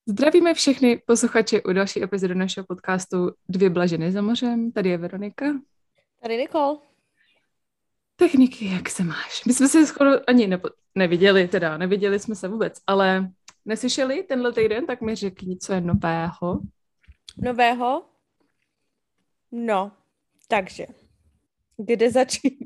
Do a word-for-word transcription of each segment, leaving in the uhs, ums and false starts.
Zdravíme všechny posluchače u další epizody našeho podcastu Dvě blaženy za mořem. Tady je Veronika. Tady Nikol. Techniky, jak se máš? My jsme se skoro ani nepo- neviděli, teda neviděli jsme se vůbec, ale neslyšeli tenhle týden, tak mi řekni, co je nového. Nového? No, takže, kde začít?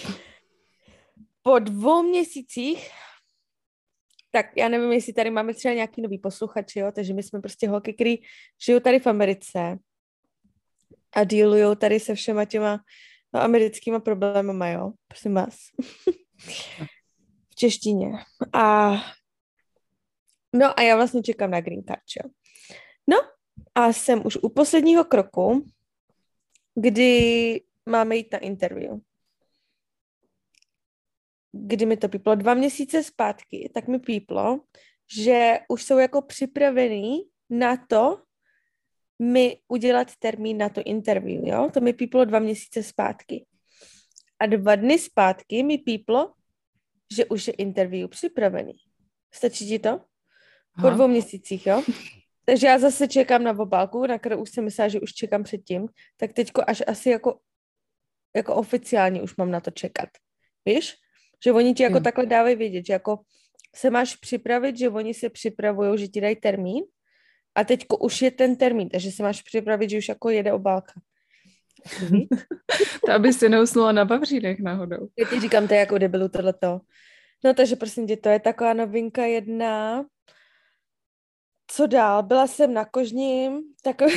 Po dvou měsících, tak já nevím, jestli tady máme třeba nějaký nový posluchači, jo, takže my jsme prostě holky, který žijou tady v Americe a dealujou tady se všema těma no, americkýma problémama, jo, prosím vás. V češtině. A no a já vlastně čekám na green card, jo. No a jsem už u posledního kroku, kdy máme jít na interview. Kdy mi to píplo dva měsíce zpátky, tak mi píplo, že už jsou jako připravený na to, mi udělat termín na to interview, jo? To mi píplo dva měsíce zpátky. A dva dny zpátky mi píplo, že už je interview připravený. Stačí ti to? Po Aha. dvou měsících, jo? Takže já zase čekám na obálku, na kterou už jsem myslela, že už čekám předtím, tak teďko až asi jako, jako oficiálně už mám na to čekat. Víš? Že oni ti jako Jo. takhle dávají vědět, že jako se máš připravit, že oni se připravují, že ti dají termín a teďko už je ten termín, takže se máš připravit, že už jako jede obálka. To aby si neusnula na Vavřínech náhodou. Já ti říkám, to je jako debilu tohleto. No takže prosím tě, to je taková novinka jedna. Co dál? Byla jsem na Kožním. Takový...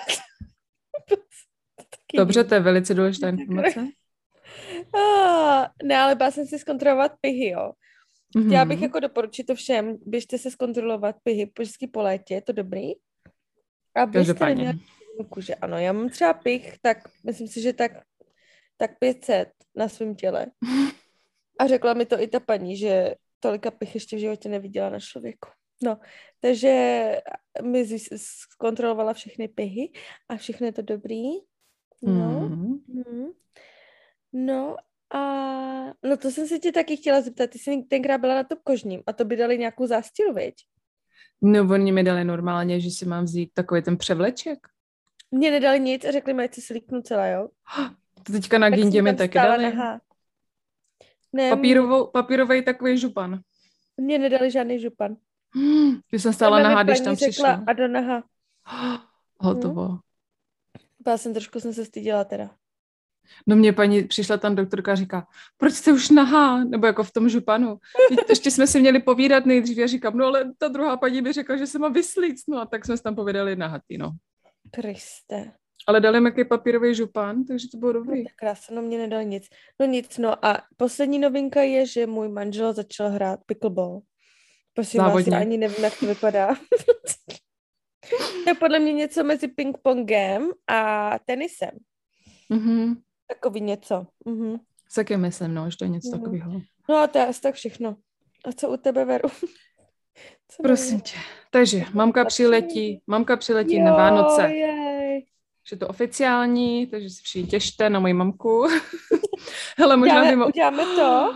Dobře, to je velice důležitá informace. Ah, ne, ale byla jsem si zkontrolovat pihy, jo. Mm-hmm. Chtěla bych jako doporučit to všem, běžte se zkontrolovat pihy, vždycky po létě, je to dobrý. A byste neměli kůže. Ano, já mám třeba pich, tak myslím si, že tak, tak pět set na svém těle. A řekla mi to i ta paní, že tolika pich ještě v životě neviděla na člověku. No, takže mi zkontrolovala všechny pihy a všechno je to dobrý. No, Mm. mm. no a no to jsem se tě taky chtěla zeptat, ty jsi tenkrát byla na tom Kožním a to by dali nějakou zástěru, viď? No, oni mi dali normálně, že si mám vzít takový ten převleček. Mně nedali nic a řekli mi, ať se líknu celá, jo? To teďka na Tak Gindě mi taky dali. Nahá. Ne, Papírovou, papírovej takový župan. Mně nedali žádný župan. Hmm, když jsem stála nahá, když tam přišla. A do nahá. Hotovo. Hmm. Byla jsem trošku, jsem se styděla teda. No mě paní, přišla tam doktorka a říká, proč jste už nahá? Nebo jako v tom županu. Ještě jsme si měli povídat nejdřív. Já říkám, no ale ta druhá paní mi řekla, že se má vyslíct. No a tak jsme se tam povídali nahatý, no. Kriste. Ale dali mi jaký papírový župan, takže to bylo dobrý. No, tak krásně, no mě nedali nic. No nic, no a poslední novinka je, že můj manžel začal hrát pickleball. Prosím vás, já ani nevím, jak to vypadá. To je podle mě něco mezi ping-pongem a tenisem. Mhm. Takový něco. Mhm. Taky myslím, no, že to je něco mhm. takového. No a to je asi tak všechno. A co u tebe, Veru? Co Prosím tě. Takže mamka přiletí, mamka přiletí jo, na Vánoce. Jej. Že to oficiální, takže si všichni těšte na moji mamku. Hele, možná uděláme, by mo- uděláme to.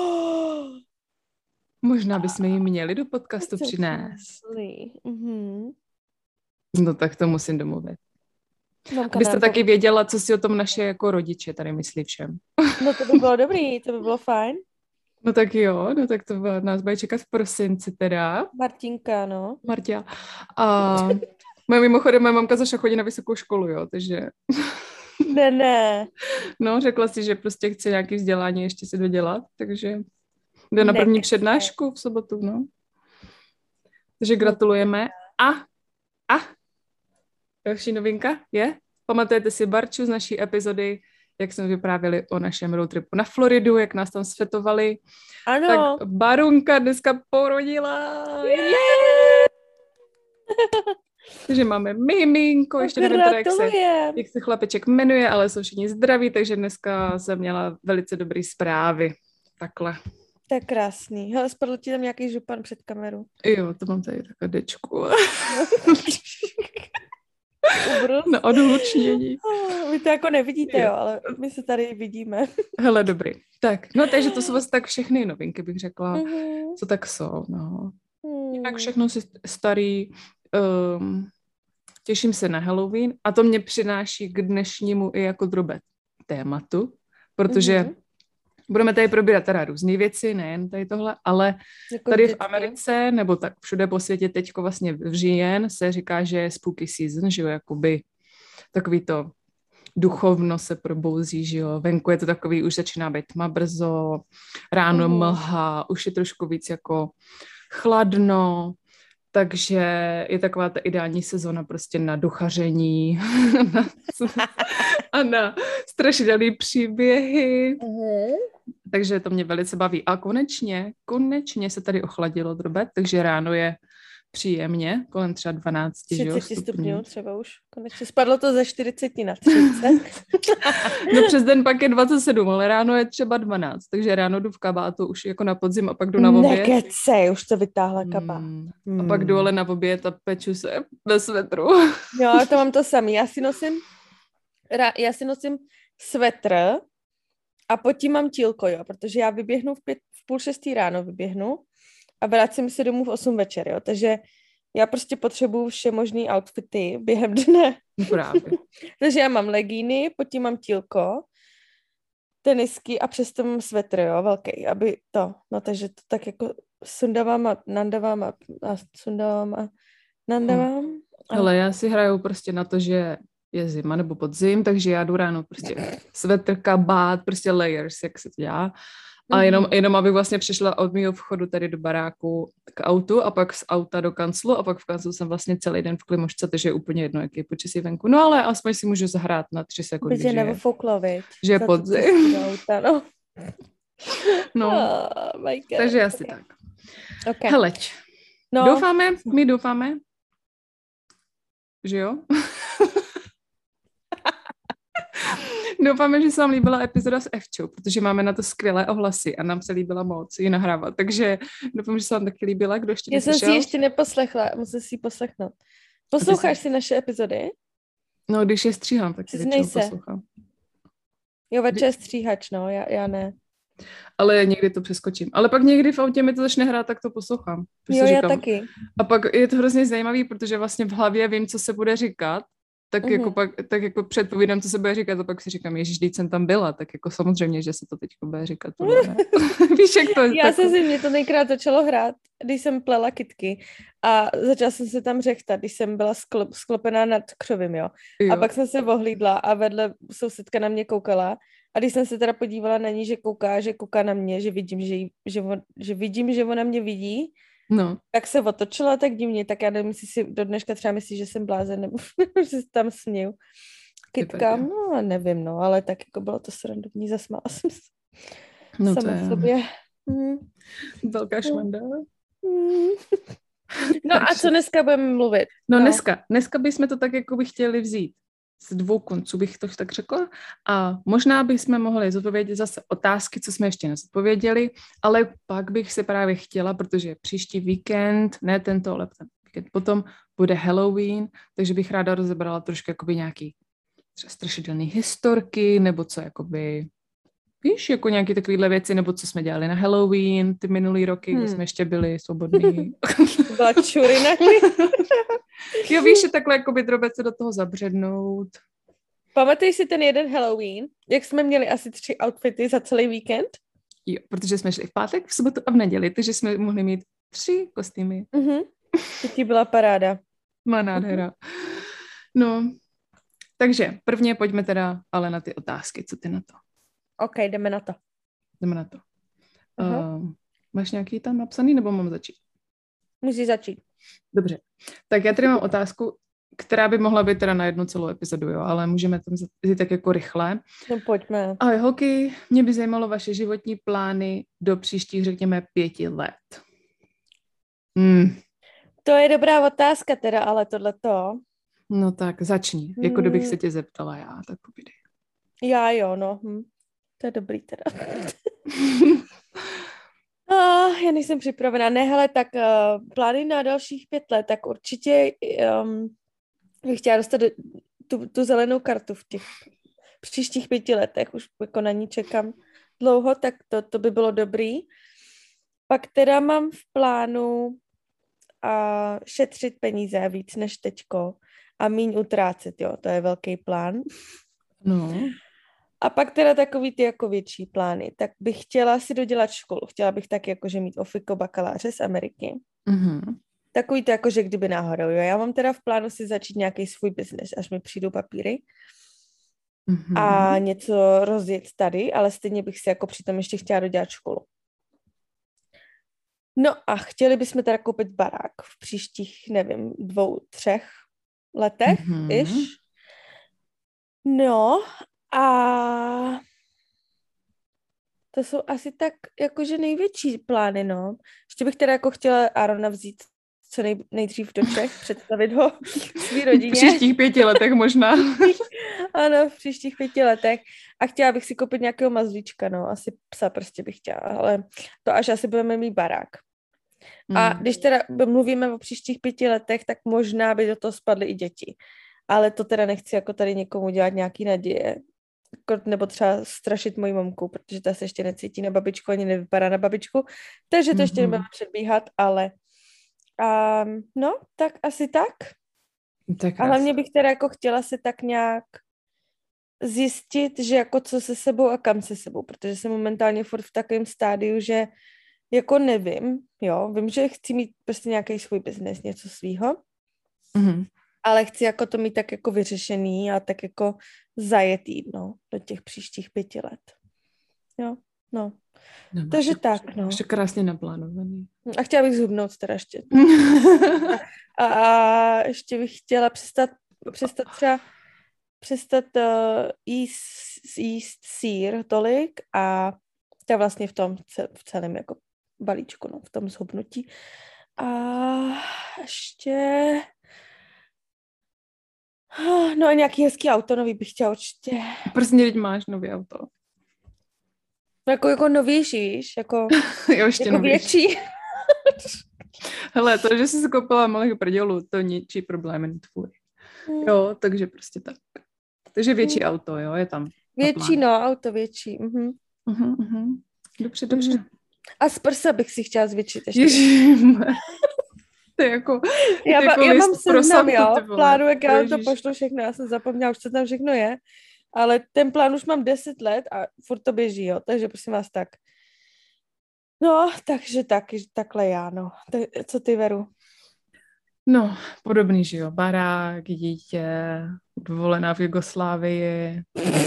Možná bychom ji měli do podcastu přinést. Mhm. No tak to musím domluvit. Mamka Abyste taky věděla, co si o tom naše jako rodiče tady myslí všem. No to by bylo dobrý, to by bylo fajn. No tak jo, no tak to nás bude čekat v prosinci teda. Martinka, no. Martia. A moje mimochodem, moje mamka začala chodit na vysokou školu, jo, takže... Ne, ne. No, řekla si, že prostě chce nějaké vzdělání ještě si dodělat, takže jde na první ne, přednášku v sobotu, no. Takže gratulujeme. A, a, další novinka je, pamatujete si Barču z naší epizody, jak jsme vyprávěli o našem roadtripu na Floridu, jak nás tam svetovali. Ano. Tak Barunka dneska porodila. Yeah! Takže máme miminko, ještě nevím teda, jak se, jak se chlapeček jmenuje, ale jsou všichni zdraví, takže dneska jsem měla velice dobré zprávy. Takhle. To je krásný. Hele, spadl ti tam nějaký župan před kameru. Jo, to mám tady takové dečku. Na odhlučnění. Oh, vy to jako nevidíte, jo. jo, ale my se tady vidíme. Hele, dobrý. Tak, no takže to jsou vlastně tak všechny novinky, bych řekla, mm-hmm. co tak jsou, no. Mm. Jinak všechno si starý, um, těším se na Halloween a to mě přináší k dnešnímu i jako drobet tématu, protože mm-hmm. budeme tady probírat teda různé věci, nejen tady tohle, ale jako tady vždycky. V Americe, nebo tak všude po světě teďko vlastně v říjen se říká, že je spooky season, že jo, jakoby takový to duchovno se probouzí, že jo, venku je to takový, už začíná být tma brzo, ráno mm. mlha, už je trošku víc jako chladno, takže je taková ta ideální sezona prostě na duchaření a na strašidelné příběhy. Mm. Takže to mě velice baví. A konečně, konečně se tady ochladilo drobet, takže ráno je příjemně, kolem třeba dvanáct třicet stupňů. stupňů třeba už. Konečně spadlo to ze čtyřicet na třicet. No přes den pak je dvacet sedm, ale ráno je třeba dvanáct, takže ráno jdu v kabátu už jako na podzim a pak jdu na oběd. Nekecej, už to vytáhla kabát. Hmm. A pak jdu ale na oběd a peču se ve svetru. Jo, to mám to samý. Já si nosím, já si nosím svetr a pod tím mám tílko, jo, protože já vyběhnu v, pět, v půl šestý ráno vyběhnu a vracím se domů v osm večer, jo, takže já prostě potřebuju vše možný outfity během dne. Právě. Takže já mám legíny, pod tím mám tílko, tenisky a přesto mám svetr, jo, velký, aby to, no takže to tak jako sundávám a nandávám a, a sundávám a nandávám. Hmm. A... Ale já si hraju prostě na to, že je zima nebo podzim, takže já jdu ráno prostě svetr, kabát, prostě layers, jak se to dělá. A jenom, jenom abych vlastně přišla od mého vchodu tady do baráku k autu a pak z auta do kanclu a pak v kanclu jsem vlastně celý den v klimošce, takže je úplně jedno, jaký je počasí venku. No ale aspoň si můžu zahrát na tři sekundy, že, že, fouklo, že je podzim. Auta, no. No, oh, my God. Takže asi okay. tak. Okay. Heleč, no. Doufáme, my doufáme, že jo? Doufáme, že se vám líbila epizoda s Evčou, protože máme na to skvělé ohlasy a nám se líbila moc ji nahrávat. Takže doufám, že se vám taky líbila, kdo ještě Já jsem si ji ještě neposlechla, musím si ji poslechnout. Posloucháš jsi... si naše epizody? No, když je stříhám, tak si většinou poslouchám. Jo, večer stříhač, no, já, já ne. Ale někdy to přeskočím. Ale pak někdy v autě mi to začne hrát, tak to poslouchám. Jo, já taky. A pak je to hrozně zajímavý, protože vlastně v hlavě vím, co se bude říkat, tak, uh-huh. jako pak, tak jako předpovídám, co se bude říkat, a pak si říkám, ježiš, teď jsem tam byla, tak jako samozřejmě, že se to teď bude říkat. Tohle, víš, jak to je? Já se si, mě to nejkrát začalo hrát, když jsem plela kytky a začala jsem se tam řechtat, když jsem byla sklop, sklopená nad křovím, jo? jo. A pak jsem se ohlídla a vedle sousedka na mě koukala a když jsem se teda podívala na ní, že kouká, že kouká na mě, že vidím, že, jí, že, on, že vidím, že ona mě vidí, no. Tak se otočila tak divně, tak já nevím, jestli si do dneška třeba myslí, že jsem blázen, nebo že se tam směju. Kytkám, no nevím, no, ale tak jako bylo to srandovní, zasmála jsem se. No sama to je... sobě. Mm. Velká švanda. Mm. No a co dneska budeme mluvit? No, no dneska, dneska bychom to tak jako by chtěli vzít z dvou konců, bych to tak řekla. A možná bychom mohli zodpovědět zase otázky, co jsme ještě nezodpověděli, ale pak bych se právě chtěla, protože příští víkend, ne tento, ale ten víkend potom, bude Halloween, takže bych ráda rozebrala trošku jakoby nějaký třeba strašidelný historky, nebo co jakoby, víš, jako nějaké takovéhle věci, nebo co jsme dělali na Halloween, ty minulý roky, hmm. kdy jsme ještě byli svobodní. Byla čurina. Jo, víš, že takhle jakoby drobec se do toho zabřednout. Pamatuješ si ten jeden Halloween, jak jsme měli asi tři outfity za celý víkend? Jo, protože jsme šli v pátek, v sobotu a v neděli, takže jsme mohli mít tři kostýmy. Mhm. To ti byla paráda. Má nádhera. No, takže prvně pojďme teda ale na ty otázky, co ty na to? OK, jdeme na to. Jdeme na to. Uh, máš nějaký tam napsaný, nebo mám začít? Musíš začít. Dobře. Tak já tady mám otázku, která by mohla být teda na jednu celou epizodu, jo, ale můžeme tam jít tak jako rychle. No pojďme. Ahoj holky, mě by zajímalo vaše životní plány do příštích, řekněme, pěti let. Hmm. To je dobrá otázka teda, ale tohleto. No tak začni, jako hmm. kdybych se tě zeptala já, tak povídej. Já jo, no. Hm. To je dobrý teda. Oh, já nejsem připravená. Ne, hele, tak uh, plány na dalších pět let, tak určitě um, bych chtěla dostat tu, tu zelenou kartu v těch příštích pěti letech. Už jako na ní čekám dlouho, tak to, to by bylo dobrý. Pak teda mám v plánu a šetřit peníze víc než teďko a míň utrácet, jo, to je velký plán. No. A pak teda takový ty jako větší plány, tak bych chtěla si dodělat školu, chtěla bych taky jakože mít ofiko bakaláře z Ameriky. Mm-hmm. Takový to jakože kdyby náhodou, jo. Já mám teda v plánu si začít nějaký svůj biznes, až mi přijdou papíry. Mm-hmm. A něco rozjet tady, ale stejně bych si jako přitom ještě chtěla dodělat školu. No a chtěli bychom teda koupit barák v příštích, nevím, dvou, třech letech, Mm-hmm. iž. No a to jsou asi tak jakože největší plány, no. Ještě bych teda jako chtěla Arona vzít co nej, nejdřív do Čech, představit ho svý rodině. V příštích pěti letech možná. Ano, v příštích pěti letech. A chtěla bych si koupit nějakého mazlíčka, no. Asi psa prostě bych chtěla, ale to až asi budeme mít barák. Mm. A když teda mluvíme o příštích pěti letech, tak možná by do toho spadly i děti. Ale to teda nechci jako tady někomu dělat nějaký naděje. Nebo třeba strašit moji mamku, protože ta se ještě necítí na babičku, ani nevypadá na babičku. Takže to mm-hmm. ještě nebudeme předbíhat, ale um, no, tak asi tak. tak a hlavně bych teda jako chtěla se tak nějak zjistit, že jako co se sebou a kam se sebou, protože jsem momentálně furt v takovém stádiu, že jako nevím, jo, vím, že chci mít prostě nějaký svůj biznes, něco svýho, mm-hmm. ale chci jako to mít tak jako vyřešený a tak jako zajetý, no, do těch příštích pěti let. Jo, no. no Takže máš, tak, no. Ještě krásně naplánovaný. A chtěla bych zhubnout teda ještě. a, a ještě bych chtěla přestat, přestat třeba přestat uh, jíst, jíst sýr tolik a to je vlastně v tom v celém jako balíčku, no, v tom zhubnutí. A ještě no a nějaký hezký auto nový bych chtěla určitě. Prostě teď máš nový auto. No jako, jako novější, víš, jako, jo, ještě jako větší. Hele, to, že jsi si koupila malého prdělu, to ničí problémy tvůj. Hmm. Jo, takže prostě tak. Takže větší hmm. auto, jo, je tam. Větší, no, auto větší. Mhm. Uh-huh, uh-huh. Dobře, dobře. Mm. A z prsa bych si chtěla zvětšit ještě. Ježišme. To je jako Já, jako já mám seznam, jo, plánu, jak já Ježiš. to pošlu všechno, já jsem zapomněla, už co tam všechno je, ale ten plán už mám deset let a furt to běží, jo, takže prosím vás tak. No, takže taky, takhle já, no. T- co ty, Veru? No, podobný, že jo, barák, dítě, dovolená v Jugoslávii.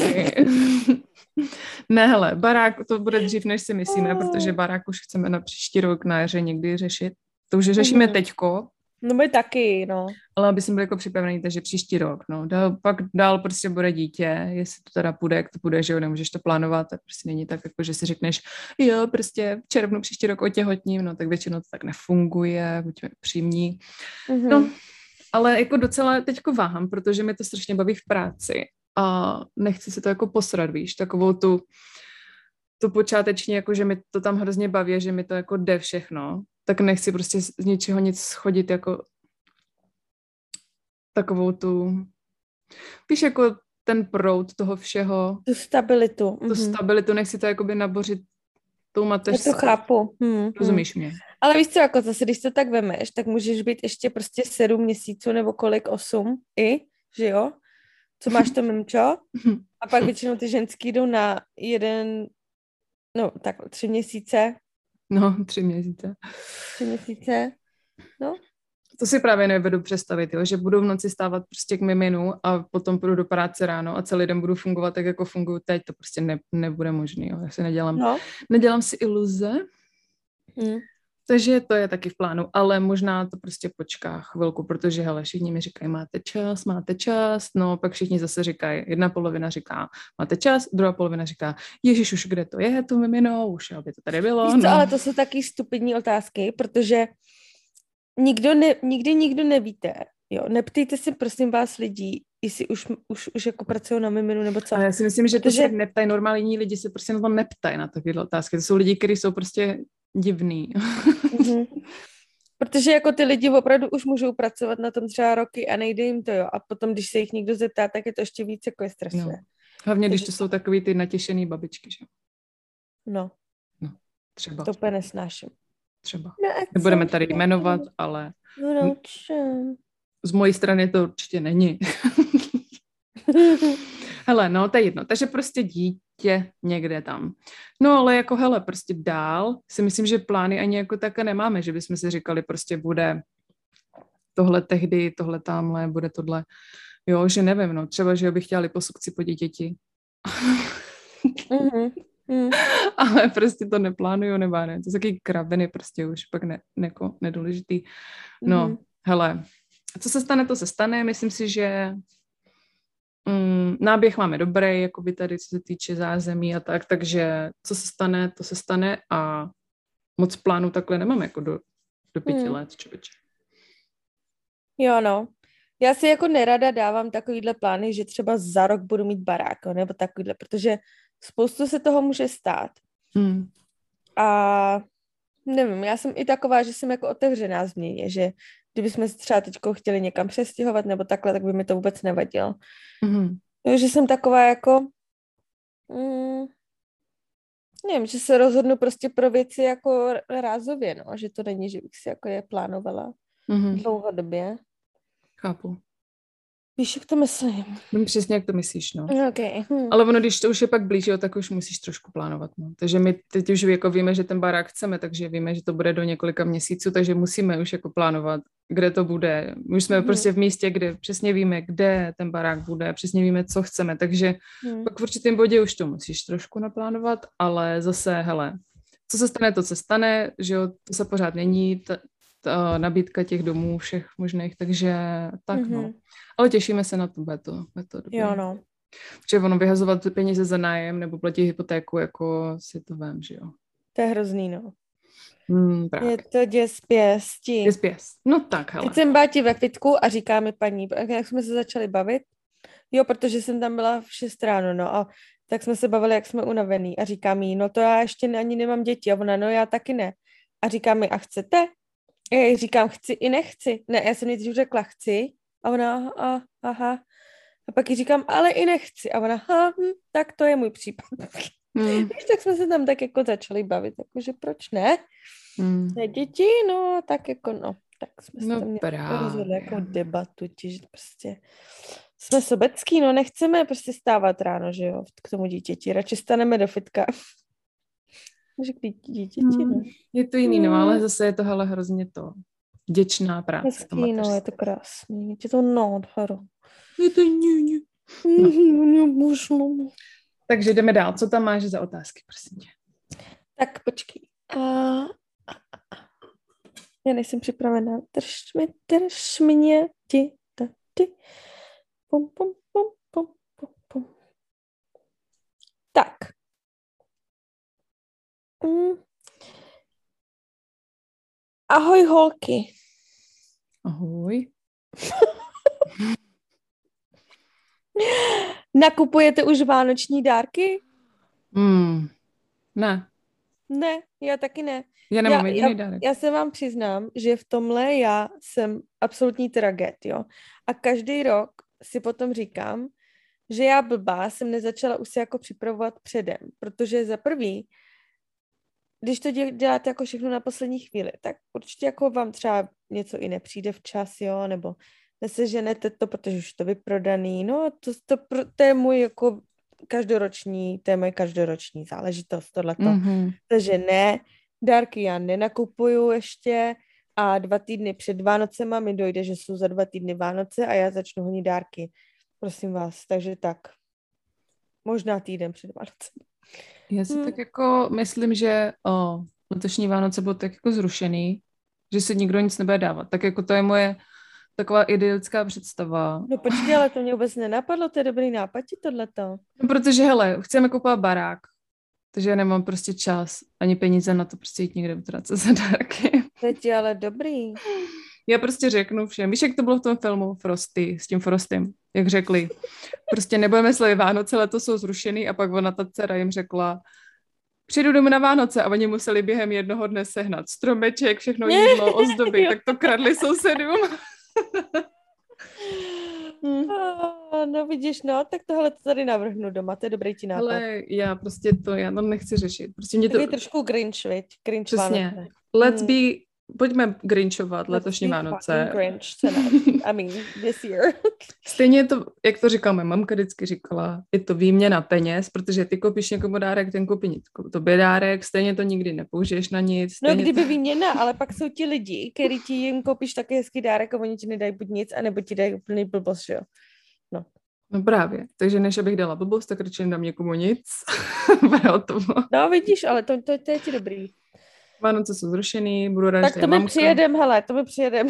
Ne, hele, barák, to bude dřív, než si myslíme, protože barák už chceme na příští rok na jaře někdy řešit. To už řešíme mm. teďko. No my taky, no. Ale aby jsme byli jako připravený, takže příští rok, no. Dál, pak dál prostě bude dítě, jestli to teda půjde, jak to půjde, že jo, nemůžeš to plánovat, tak prostě není tak, jako že si řekneš, jo, prostě v červnu příští rok otěhotním, no tak většinou to tak nefunguje, buďme přímní. Mm-hmm. No, ale jako docela teďko váhám, protože mi to strašně baví v práci a nechci si to jako posrat, víš, takovou tu, tu počáteční, jako že mi to tam hrozně baví, že mi to jako jde všechno, tak nechci prostě z ničeho nic schodit jako takovou tu, víš, jako ten proud toho všeho. Tu stabilitu. Tu mm-hmm. stabilitu, nechci to jakoby nabořit tou mateřskou. Já to chápu. Hmm, Rozumíš hmm. mě? Ale víš co, jako zase, když to tak vemeš, tak můžeš být ještě prostě sedm měsíců nebo kolik, osm i, že jo? Co máš to mimčo? A pak většinou ty ženský jdou na jeden, no tak tři měsíce. No, tři měsíce. Tři měsíce, no. To si právě nevedu představit, jo? Že budu v noci stávat prostě k miminu a potom půjdu do práce ráno a celý den budu fungovat tak, jako funguji teď, to prostě ne, nebude možný, jo? Já si nedělám, no. nedělám si iluze, hmm. takže to je taky v plánu, ale možná to prostě počká chvilku, protože hele, všichni mi říkají, máte čas, máte čas, no pak všichni zase říkají, jedna polovina říká, máte čas, druhá polovina říká, ježiš, už kde to je, to mimino, už aby to tady bylo. Víš co, no. ale to jsou taky stupidní otázky, protože Nikdo ne, nikdy nikdo nevíte, jo, neptejte si prosím vás lidí, jestli už, už, už jako pracují na miminu nebo co. Ale já si myslím, že protože... to se neptají, normální lidi se prostě na to neptají na takové otázky, to jsou lidi, kteří jsou prostě divný. Mm-hmm. Protože jako ty lidi opravdu už můžou pracovat na tom třeba roky a nejde jim to, jo, a potom, když se jich někdo zeptá, tak je to ještě víc jako je stresuje. No. Hlavně, když to jsou takový ty natěšený babičky, že? No. No, třeba. To úplně nesnáším. třeba. No, Nebudeme tady jmenovat, ale z mojí strany to určitě není. Hele, no, to je jedno. Takže prostě dítě někde tam. No, ale jako, hele, prostě dál si myslím, že plány ani jako také nemáme, že bychom si říkali, prostě bude tohle tehdy, tohle tamhle, bude tohle. Jo, že nevím, no, třeba, že bych chtěla liposukci po dítěti. Mm-hmm. Mm. Ale prostě to neplánuju, nebo ne. To jsou taky kraviny, prostě už pak ne, neko, nedůležitý. No, mm-hmm. hele, co se stane, to se stane. Myslím si, že mm, náběh máme dobrý, jako by tady, co se týče zázemí a tak, takže co se stane, to se stane a moc plánu takhle nemám, jako do, do pěti mm. let, člověče. Jo, no. Já si jako nerada dávám takovýhle plány, že třeba za rok budu mít barák, nebo takovýhle, protože spoustu se toho může stát. Hmm. A nevím, já jsem i taková, že jsem jako otevřená změně, že kdybychom se třeba teďko chtěli někam přestěhovat nebo takhle, tak by mi to vůbec nevadilo. Hmm. Že jsem taková jako mm, nevím, že se rozhodnu prostě pro věci jako rázově, no, že to není, že bych si jako je plánovala hmm. dlouhodobě. Chápu. Víš, jak to myslím? Vím přesně, jak to myslíš, no. Okay. Hmm. Ale ono, když to už je pak blíže, tak už musíš trošku plánovat, no. Takže my teď už jako víme, že ten barák chceme, takže víme, že to bude do několika měsíců, takže musíme už jako plánovat, kde to bude. Už jsme hmm. prostě v místě, kde přesně víme, kde ten barák bude, přesně víme, co chceme, takže hmm. pak v určitém bodě už to musíš trošku naplánovat, ale zase, hele, co se stane, to se stane, že jo, to se pořád mění, t- ta nabídka těch domů všech možných, takže tak mm-hmm. no. Ale těšíme se na to, bude to, bude to dobré. Jo, no. Protože ono vyhazovat peníze za nájem nebo platit hypotéku, jako si to vem, že jo. To je hrozný, no. Hmm, je to děs pěsti. Děs pěst. No tak, hele. Teď jsem báti ve fitku a říká mi paní, jak jsme se začali bavit, jo, protože jsem tam byla v šest ráno, no a tak jsme se bavili, jak jsme unavený a říká mi, no to já ještě ani nemám děti a ona, no já taky ne. A říká mi, a chcete? Já říkám, chci i nechci. Ne, já jsem nejdřív řekla chci a ona, a, aha. A pak jí říkám, ale i nechci. A ona, aha, hm, tak to je můj případ. Hmm. Víš, tak jsme se tam tak jako začali bavit, jakože proč ne? Hmm. Ne děti, no, tak jako no. Tak jsme se no tam nějak rozhodli jako debatu, že prostě jsme sobecký, no, nechceme prostě stávat ráno, že jo, k tomu dítěti. Radši staneme do fitka. Že dítěti, no. Je to jiný, no, ale zase je to hele hrozně to vděčná práce. Hezký, no, je to krásný. Je to nádhera. Je to ňuňu. No. Takže jdeme dál. Co tam máš za otázky, prosím tě? Tak počkej. A... Já nejsem připravená. Drž mi, drž mě, ti, ta, ty. Pum, pum, pum, pum, pum, pum. Tak. Mm. Ahoj, holky. Ahoj. Nakupujete už vánoční dárky? Hmm. Ne. Ne, já taky ne. Já nemám já, jediný já, dárek. Já se vám přiznám, že v tomhle já jsem absolutní traget, jo. A každý rok si potom říkám, že já blbá jsem nezačala už se jako připravovat předem, protože za prvý, když to děláte jako všechno na poslední chvíli, tak určitě jako vám třeba něco i nepřijde včas, jo, nebo neseženete to, protože už to vyprodaný, no to, to, to je můj jako každoroční, to je moje každoroční záležitost, tohleto. Mm-hmm. Takže ne, dárky já nenakupuju ještě a dva týdny před Vánocema mi dojde, že jsou za dva týdny Vánoce a já začnu honit dárky. Prosím vás, takže tak. Možná týden před Vánocem. Já si hmm. tak jako myslím, že o, letošní Vánoce bylo tak jako zrušený, že si nikdo nic nebude dávat. Tak jako to je moje taková idylická představa. No počkej, ale to mě vůbec nenapadlo, to je dobrý nápad ti tohleto. No protože hele, chceme kupovat barák, takže já nemám prostě čas ani peníze na to prostě jít někde utracet za dárky. Teď je ale dobrý. Já prostě řeknu všem, víš, jak to bylo v tom filmu Frosty, s tím Frostym, jak řekli, prostě nebudeme slavit Vánoce, letos jsou zrušený a pak ona ta dcera jim řekla, přijdu domů na Vánoce a oni museli během jednoho dne sehnat stromeček, všechno jídlo, ozdoby, tak to kradli sousedům. hmm. No vidíš, no, tak tohle to tady navrhnu doma, to je dobrý ti nápad. Ale já prostě to, já to nechci řešit. Prostě mě to... Takový trošku Grinch, viď? Grinch Přesně. Vánoce. let's Mm. be, pojďme grinchovat Let's letošní be Vánoce. fucking Grinch tonight. I mean, this year. Stejně je to, jak to říkala moje mamka vždycky říkala, je to výměna peněz, protože ty koupíš někomu dárek, ten koupí tobě dárek, stejně to nikdy nepoužiješ na nic. No kdyby to... výměna, ale pak jsou ti lidi, který ti jim koupíš taky hezký dárek a oni ti nedají buď nic, anebo ti dají úplný blbost, že jo? No. No právě, takže než abych dala blbost, tak radši nedám někomu nic. No vidíš, ale to, to, to je ti dobrý. Vánoce jsou zrušený, budu rád, tak to my přijedem, hele, to my přijedem.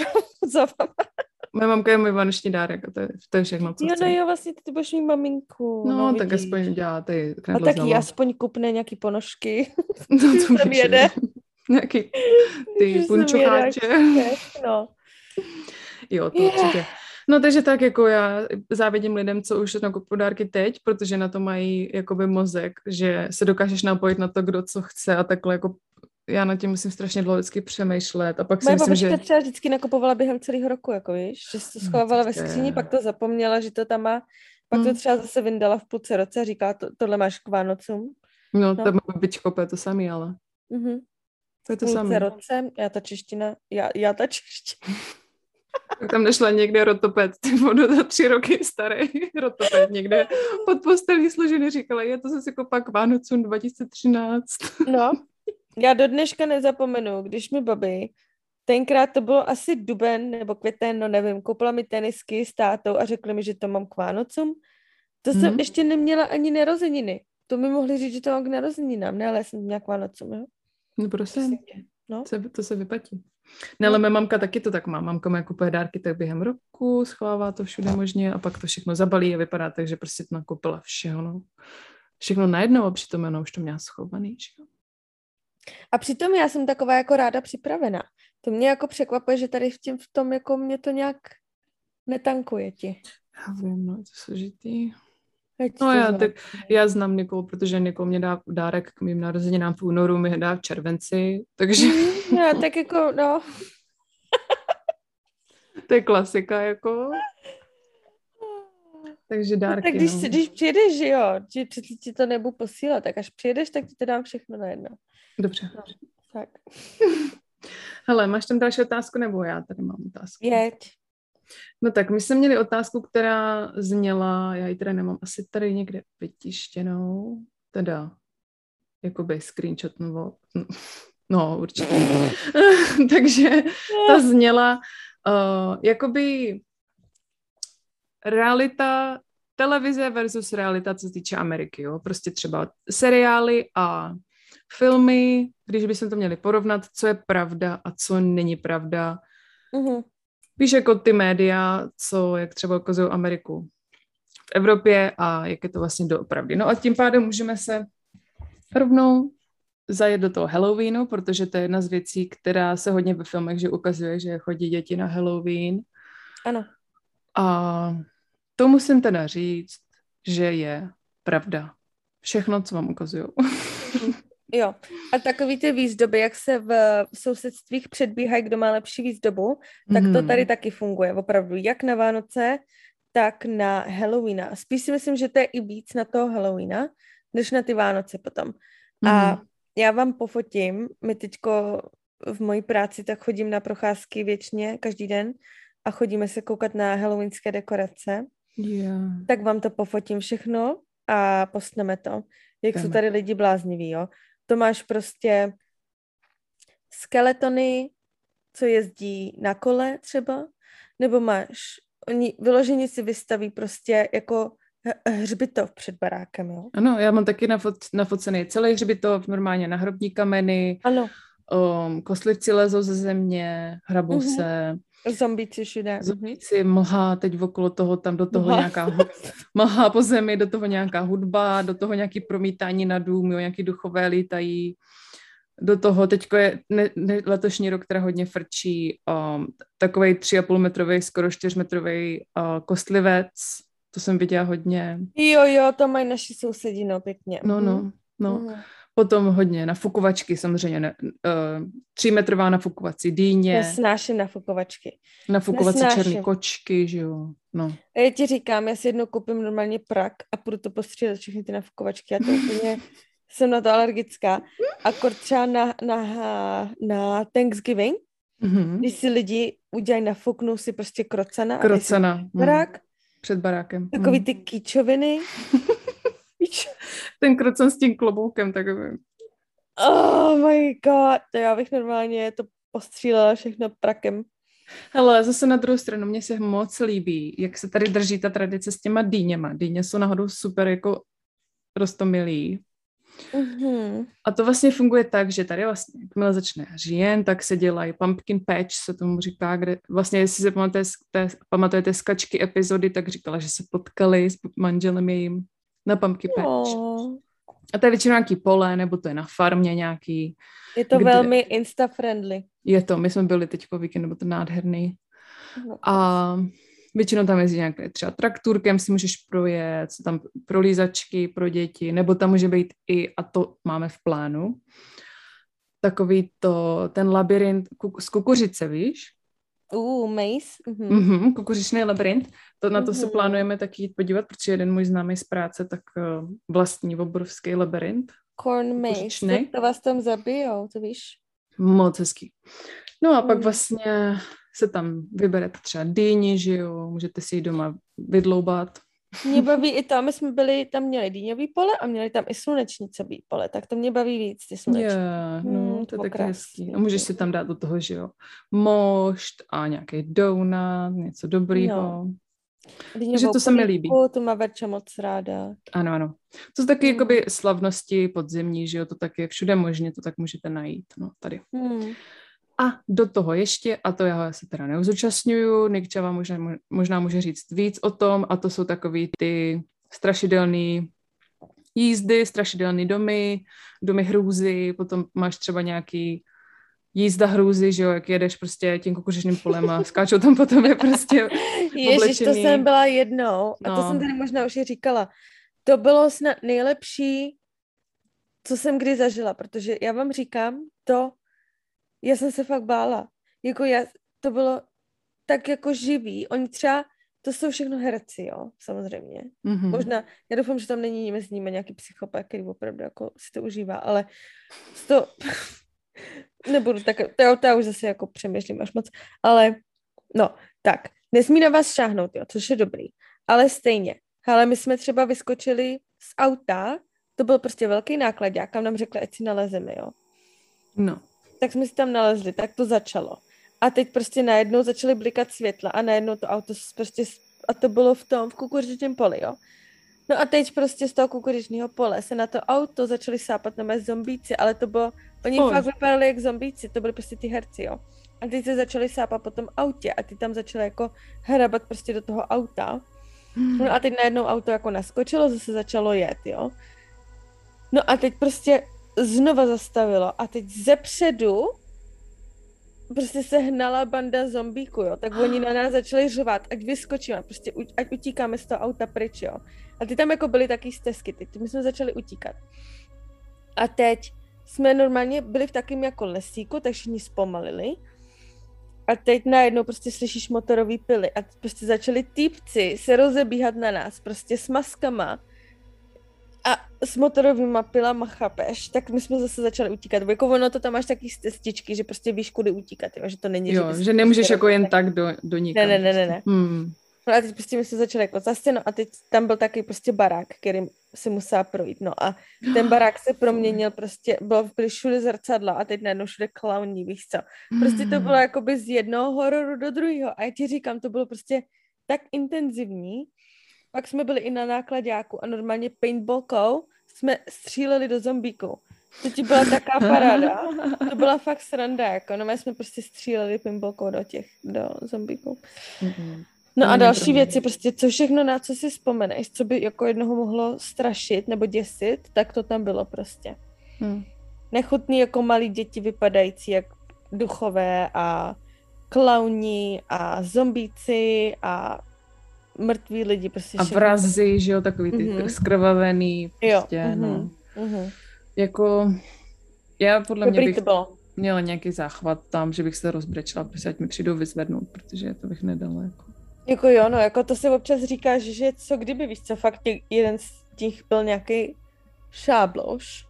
Moje mamka je můj vánoční dárek a to je, to je všechno, co jo, chci. no jo, vlastně ty, ty budeš mít maminku. No, no tak vidíš. aspoň dělá ty A taky aspoň kupne nějaký ponožky. No to tam jede. Nějaký ty punčucháče. No. Jo, to yeah. určitě. No takže tak jako já závidím lidem, co už nakupují dárky teď, protože na to mají jakoby mozek, že se dokážeš napojit na to, kdo co chce a takhle jako já na tím musím strašně dlouho vždycky přemýšlet a pak si Moje myslím, že... třeba vždycky nakupovala během celého roku, jako víš, že to schovávala no, ve skříni, pak to zapomněla, že to tam má, pak hmm. to třeba zase vyndala v půlce roce a říkala, to, tohle máš k Vánocům. No, no. tam babičko, to je to samý, ale... Mm-hmm. To je to půlce samý. roce, já ta čeština, já, já ta čeština. Tak tam nešla někde rotoped, ty vodu za tři roky starý rotoped někde pod postelí složený, říkala, je to zase jako pak Vánocům dva tisíce třináct. No, já do dneška nezapomenu, když mi babi, tenkrát to bylo asi duben nebo květen, no nevím, koupila mi tenisky s tátou a řekli mi, že to mám k Vánocům. To jsem mm. ještě neměla ani narozeniny. To mi mohli říct, že to mám k narozeninám, ne, ale já jsem měla k Vánocům, jo? No prosím, no. Se, to se vyplatí. Ne, ale mé mamka taky to tak má. Mamka má kupuje dárky tak během roku, schovává to všude možně a pak to všechno zabalí a vypadá tak, že prostě to nakoupila všeho, no. Všechno najednou a přitom jenom už to měla schovaný, že jo. A přitom já jsem taková jako ráda připravená. To mě jako překvapuje, že tady v, tím, v tom jako mě to nějak netankuje ti. Já vím, no, je to složitý. No já, tak já znám někoho, protože někoho mě dá dárek k mým narozeninám v únoru, mi dá v červenci, takže... Já tak jako, no... To je klasika, jako... Takže dárky, no, tak když, no. když přijedeš, že jo, že přeci ti to nebudu posílat, tak až přijedeš, tak ti to dám všechno najednou. Dobře. No, tak. Hele, máš tam další otázku, nebo já tady mám otázku? Jeď. No tak, my jsme měli otázku, která zněla, já ji teda nemám asi tady někde vytištěnou, teda jakoby screenshot, nebo, no určitě. Takže ta zněla uh, jakoby realita, televize versus realita, co se týče Ameriky, jo, prostě třeba seriály a filmy, když bychom to měli porovnat, co je pravda a co není pravda. Mhm. Víš, jako ty média, co, jak třeba ukazují Ameriku v Evropě a jak je to vlastně doopravdy. No a tím pádem můžeme se rovnou zajet do toho Halloweenu, protože to je jedna z věcí, která se hodně ve filmech že ukazuje, že chodí děti na Halloween. Ano. A to musím teda říct, že je pravda. Všechno, co vám ukazují. Jo, a takový ty výzdoby, jak se v sousedstvích předbíhají, kdo má lepší výzdobu, tak to tady taky funguje, opravdu, jak na Vánoce, tak na Halloweena. Spíš si myslím, že to je i víc na toho Halloweena, než na ty Vánoce potom. A mm. já vám pofotím, my teďko v mojí práci tak chodím na procházky věčně, každý den a chodíme se koukat na halloweenské dekorace. Yeah. Tak vám to pofotím všechno a postneme to. Jak Jdeme. Jsou tady lidi blázniví, jo. To máš prostě skeletony, co jezdí na kole třeba, nebo máš, oni vyloženě si vystaví prostě jako hřbitov před barákem, jo? Ano, já mám taky nafot, nafocený celý hřbitov, normálně na hrobní kameny, ano. Um, kostlivci lezou ze země, hrabou mm-hmm. se. Zombíci všude. Zombíci, mlha, teď okolo toho, tam do toho mlha. nějaká hudba, mlha po zemi, do toho nějaká hudba, do toho nějaký promítání na dům, jo, nějaký duchové lítají. Do toho teďko je ne, ne, letošní rok, která hodně frčí, um, takovej tři a půl metrový, skoro čtyřmetrový uh, kostlivec, to jsem viděla hodně. Jo, jo, to mají naši sousedi, no, pěkně. No, no, no. Mm. Potom hodně nafukovačky, samozřejmě ne, uh, třímetrová nafukovací dýně. Nesnáším nafukovačky. Nafukovací černé kočky, že jo. No. A já ti říkám, já si jednou koupím normálně prak a budu to postřílet všechny ty nafukovačky. Já to úplně jsem na to alergická. A kor třeba na, na, na Thanksgiving, mm-hmm. když si lidi udělají, nafuknou si prostě krocana. Krocana. Barák. Mm. Před barákem. Takový mm. ty kýčoviny. Ten krocan s tím kloboukem takový. Oh my god, to já bych normálně to postřílela všechno prakem. Hele, zase na druhou stranu, mně se moc líbí, jak se tady drží ta tradice s těma dýněma. Dýně jsou nahoru super jako roztomilý. Mm-hmm. A to vlastně funguje tak, že tady vlastně, jakmile začne říjen, tak se dělají pumpkin patch, se tomu říká, kde vlastně, jestli se pamatujete, pamatujete z Kačky epizody, tak říkala, že se potkali s manželem jejím na pumpkin patch. Oh. A to je většinou nějaký pole, nebo to je na farmě nějaký. Je to kde... velmi insta-friendly. Je to, my jsme byli teď po víkendu, nebo to nádherný. No. A většinou tam jezdí nějaké třeba traktůrkem si můžeš projet, jsou tam prolízačky pro děti, nebo tam může být i, a to máme v plánu, takový to, ten labirint z kukuřice, víš? Uh, maze. Mm-hmm. Mm-hmm, kukuřičný labirint. To, na to mm-hmm. se plánujeme taky jít podívat, protože jeden můj známý z práce tak uh, vlastní obrovský labirint. Corn maze, to, to vás tam zabijou, to víš? Moc hezký. No a mm. pak vlastně se tam vyberete třeba dýni, že jo, můžete si ji doma vydloubat. Mě baví i to, my jsme byli, tam měli dýňový pole a měli tam i slunečnicový pole, tak to mě baví víc, ty sluneční. Yeah, no, hmm, to je taky hezký. A můžeš si tam dát do toho, že jo, mošt a nějaký donut, něco dobrýho. No. Takže to se mi líbí. To má Verča moc ráda. Ano, ano. To jsou taky hmm. jakoby slavnosti podzimní, že jo, to taky všude možně, to tak můžete najít, no, tady. Hmm. A do toho ještě, a to já se teda neuzúčastňuju, Nikča vám možná, možná může říct víc o tom, a to jsou takový ty strašidelný jízdy, strašidelný domy, domy hrůzy, potom máš třeba nějaký jízda hrůzy, že jo, jak jedeš prostě tím kukuřičným polem a skáčou tam potom je prostě oblečený. Ježiš, to jsem byla jednou a no. to jsem tady možná už i říkala. To bylo snad nejlepší, co jsem kdy zažila, protože já vám říkám, to já jsem se fakt bála. Jako já, to bylo tak jako živý. Oni třeba, to jsou všechno herci, jo, samozřejmě. Mm-hmm. Možná, já doufám, že tam není mezi nimi nějaký psychopat, který opravdu jako si to užívá, ale to nebudu tak, to, to já už zase jako přemýšlím až moc, ale no, tak, nesmí na vás šáhnout, jo, což je dobrý, ale stejně. Hele, my jsme třeba vyskočili z auta, to byl prostě velký nákladák, kam nám řekli, ať si nalezeme, jo. No. Tak jsme si tam nalezli, tak to začalo. A teď prostě najednou začaly blikat světla a najednou to auto prostě, a to bylo v tom, v kukuřičném poli, jo. No a teď prostě z toho kukuřičného pole se na to auto začali sápat na mé zombíci, ale to bylo, oni oh. fakt vypadali jak zombíci, to byly prostě ty herci, jo. A teď se začali sápat po tom autě a ty tam začaly jako hrabat prostě do toho auta. No a teď najednou auto jako naskočilo, zase začalo jet, jo. No a teď prostě znova zastavilo a teď zepředu prostě se hnala banda zombíků, jo, tak oni na nás začali řvat, ať vyskočíme, prostě ať utíkáme z toho auta pryč, jo. A ty tam jako byly taky stezky, teď my jsme začali utíkat. A teď jsme normálně byli v takým jako lesíku, tak všichni zpomalili. A teď najednou prostě slyšíš motorový pily a prostě začali týpci se rozebíhat na nás, prostě s maskama a s motorovýma pilama, chápeš, tak my jsme zase začali utíkat. Jako ono to tam máš taky cestičky, že prostě víš, kudy utíkat, jo? Že to není... Jo, že, že nemůžeš jako jen tak do, do nikam. Ne, ne, ne, ne. ne. Hmm. No a teď prostě my jsme začali jako za stěnu a teď tam byl taky prostě barák, kterým si musela projít, no a ten barák se proměnil prostě, bylo, byly všude zrcadla a teď najednou všude klauní, víš co. Prostě to bylo jakoby z jednoho hororu do druhého a já ti říkám, to bylo prostě tak intenzivní. Pak jsme byli i na nákladáku a normálně paintballkou jsme stříleli do zombíků. To ti byla taká paráda. To byla fakt sranda, jako. No my jsme prostě stříleli paintballkou do těch, do zombíků. Mm-hmm. No a další věci, prostě co všechno, na co si vzpomeneš, co by jako jednoho mohlo strašit nebo děsit, tak to tam bylo prostě. Hmm. Nechutný jako malí děti vypadající jak duchové a klauni a zombíci a mrtví lidi prostě. A vrazy, že jo, takový ty mm-hmm. skrvavený prostě, jo. no. Mm-hmm. Jako, já podle Dobrý mě bych to měla nějaký záchvat tam, že bych se rozbrečela, protože ať mi přijdou vyzvednout, protože to bych nedala, jako. Jako jo, no, jako to se občas říkáš, že co kdyby, víš co, fakt tě, jeden z těch byl nějaký šábloš,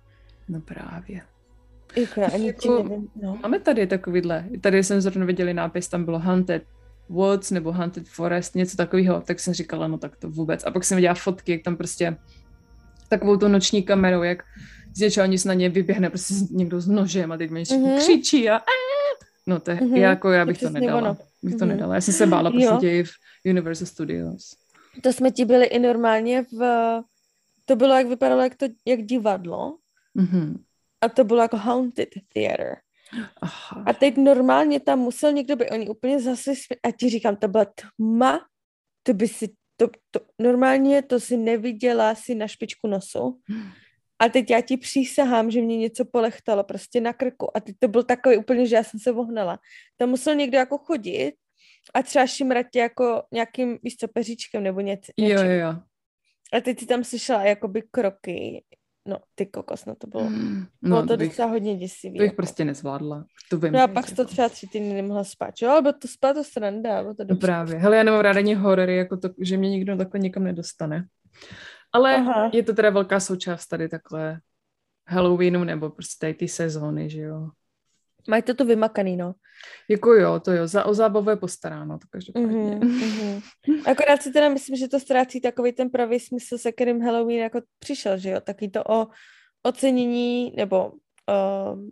No právě. Jako, ani jako, nevím, no. Máme tady takovýhle. Tady jsem zrovna viděli nápis, tam bylo Haunted Woods nebo Haunted Forest, něco takového, tak jsem říkala, no tak to vůbec. A pak jsem viděla fotky, jak tam prostě takovou tu noční kamerou, jak z něčeho nic na ně vyběhne prostě někdo s nožem a teď mě mm-hmm. křičí a no to je, mm-hmm. jako já bych to, to nedala. Ono. Bych to mm-hmm. nedala. Já jsem se bála prostě i v Universal Studios. To jsme ti byli i normálně v, to bylo, jak vypadalo, jak to, jak divadlo. Mm-hmm. A to bylo jako Haunted Theater. Aha. A teď normálně tam musel někdo být, oni úplně zase, a ti říkám, to byla tma, to by si, to, to, normálně to si neviděla si na špičku nosu. A teď já ti přísahám, že mě něco polechtalo prostě na krku. A teď to byl takový úplně, že já jsem se vohnala. Tam musel někdo jako chodit a třeba šimrat tě jako nějakým, víš co, peříčkem nebo něco. Jo, jo, jo. A teď si tam slyšela jakoby kroky. No, ty kokos, no to bylo. No, bylo to, to bych, docela hodně děsivý. To bych jako. prostě nezvládla. To vím, no a pak to třeba tři týdny nemohla spát, jo? Ale to spát to sranda. To no právě. Hele, já nemám ráda ani horory, jako to, že mě nikdo takhle nikam nedostane. Ale Aha. je to teda velká součást tady takhle Halloweenu nebo prostě tady ty sezóny, že jo. Mají to tu vymakaný, no. Jako jo, to jo, za, o zábavu je postaráno, to každopádně. Mm-hmm. Akorát si teda myslím, že to ztrácí takový ten pravý smysl, se kterým Halloween jako přišel, že jo, taky to o ocenění, nebo uh,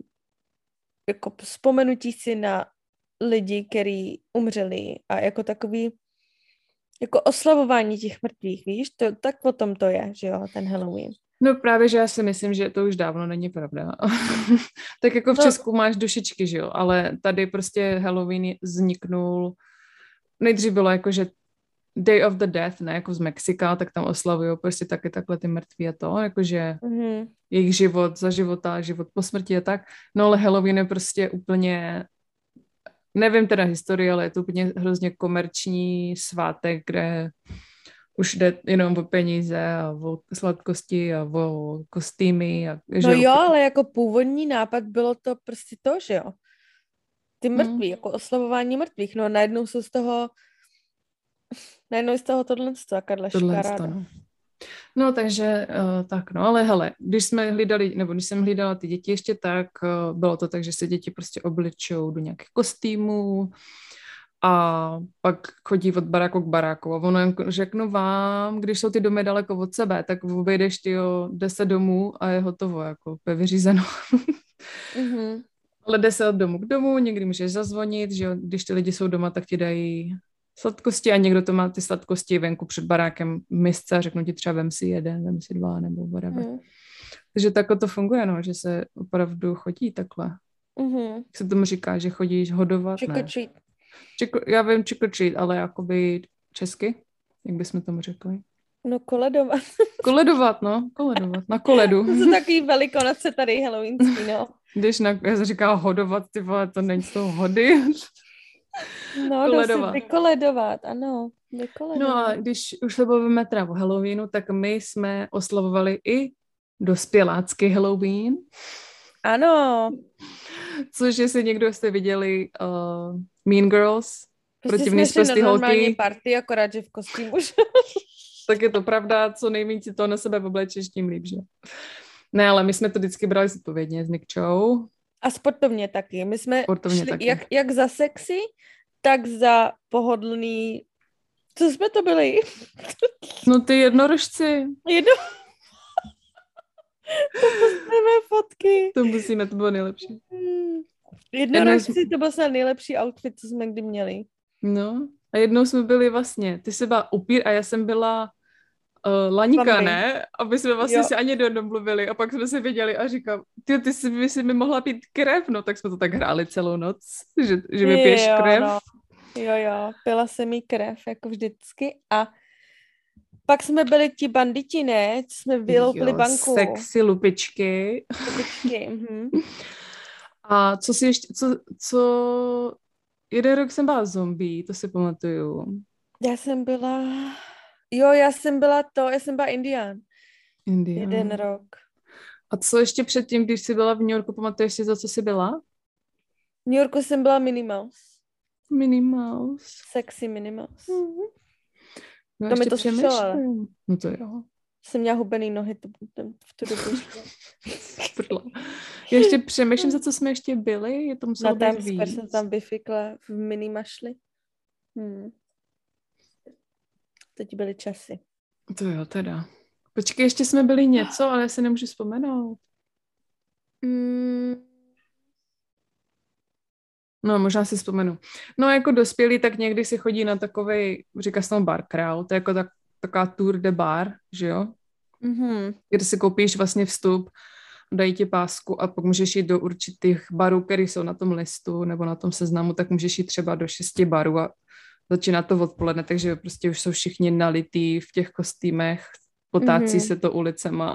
jako vzpomenutí si na lidi, kteří umřeli a jako takový jako oslavování těch mrtvých, víš, to, tak o tom to je, že jo, ten Halloween. No právě, že já si myslím, že to už dávno není pravda. Tak jako v no. Česku máš dušičky, že jo, ale tady prostě Halloween vzniknul, nejdřív bylo jako, že Day of the Death, ne, jako z Mexika, tak tam oslavují prostě taky takhle ty mrtví a to, jakože mm-hmm. jejich život za života, život po smrti a tak. No ale Halloween je prostě úplně, nevím teda historii, ale je to úplně hrozně komerční svátek, kde už jde jenom o peníze a o sladkosti a o kostýmy. A, no jo, ale jako původní nápad bylo to prostě to, že jo. Ty mrtví, hmm. jako oslavování mrtvých, no najednou jsou z toho najednou z toho tohle takhle škaráda. No. no takže uh, tak no, ale hele, když jsme hlídali, nebo když jsem hlídala ty děti ještě, tak uh, bylo to tak, že se děti prostě obličou do nějakých kostýmů a pak chodí od baráku k baráku a ono jen řeknu vám, když jsou ty domy daleko od sebe, tak obejdeš tyjo deset domů a je hotovo, jako vyřízeno. mm-hmm. Ale jde se od domu k domu, někdy můžeš zazvonit, že jo, když ty lidi jsou doma, tak ti dají sladkosti a někdo to má ty sladkosti venku před barákem v misce a řeknu ti třeba vem si jeden, vem si dva nebo whatever. Mm. Takže takhle to funguje, no, že se opravdu chodí takhle. Mm-hmm. Jak se tomu říká, že chodíš hodovat? Ne. Čiko, já vím trick or treat, ale jakoby česky, jak bychom tomu řekli? No koledovat. Koledovat, no, koledovat, na koledu. To jsou takový velikonoce tady halloweenský, no. Když na, já jsem říkala hodovat, ty vole, to není z toho hody. No, koledovat. Vykoledovat, ano. Vykoledovat. No a když už se bavíme teda o Halloweenu, tak my jsme oslavovali i dospělácký Halloween. Ano. Což jestli někdo jste viděli uh, Mean Girls, prostě protivný sprostý holky. Normální party, akorát, že v kostýmu. Tak je to pravda, co nejméně si to na sebe oblečeš, tím líp, že? Ne, ale my jsme to vždycky brali zodpovědně s Nikčou. A sportovně taky. My jsme sportovně šli taky. Jak, jak za sexy, tak za pohodlný. Co jsme to byli? No ty jednorožci. Jedno... to musíme fotky. To musíme, to bylo nejlepší. Hmm. Jednorožci, jednou... to byl snad nejlepší outfit, co jsme kdy měli. No, a jednou jsme byli vlastně, ty jsi byla upír a já jsem byla uh, laňka, Bambi. Ne? Aby jsme vlastně jo. si ani domluvili a pak jsme se viděli a říkám, ty, ty jsi, by si mi mohla pít krev, no tak jsme to tak hráli celou noc, že, že mi piješ jo, krev. No. Jo, jo, pila jsem jí krev, jako vždycky a pak jsme byli ti banditi, ne? Jsme vyloupili banku. Sexy lupičky. Lupičky, mhm. A co si ještě, co, co, jeden rok jsem byla zombie, to si pamatuju. Já jsem byla, jo, já jsem byla to, já jsem byla Indián. Indián. Jeden rok. A co ještě předtím, když jsi byla v New Yorku, pamatuješ si, za co jsi byla? V New Yorku jsem byla Minnie Mouse. Minnie Mouse. Sexy Minnie Mouse. Mm-hmm. No to mi to slyšela. No to jo. Jsem měla hubený nohy to, to, v tu dobu. Já ještě přemýšlím, za co jsme ještě byli. Je to muselo Na být Times víc. Square jsem tam vyfikla v mini mašli. Hmm. Teď byly časy. To jo, teda. Počkej, ještě jsme byli něco, ale já si nemůžu vzpomenout. Mm. No, možná si vzpomenu. No, jako dospělí, tak někdy si chodí na takovej, říká se tomu bar crawl, to je jako tak, taková tour de bar, že jo? Mm-hmm. Kde si koupíš vlastně vstup, dají ti pásku a pak můžeš jít do určitých barů, které jsou na tom listu nebo na tom seznamu, tak můžeš jít třeba do šesti barů a začíná to odpoledne, takže prostě už jsou všichni nalitý v těch kostýmech, potácí mm-hmm. se to ulicema.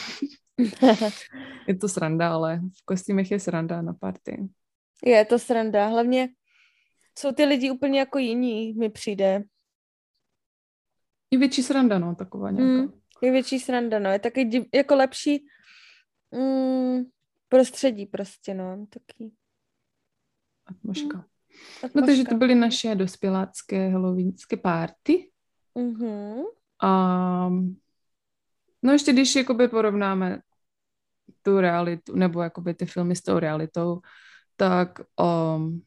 Je to sranda, ale v kostýmech je sranda na party. Je to sranda, hlavně jsou ty lidi úplně jako jiní, mi přijde. Je větší sranda, no, taková nějaká. Mm, je větší sranda, no, je taky div, jako lepší mm, prostředí prostě, no, taky. Atmoška. Mm, no, takže to byly naše dospělácké halloweenské party. Mm-hmm. A no ještě když jakoby porovnáme tu realitu, nebo jakoby ty filmy s tou realitou, tak um,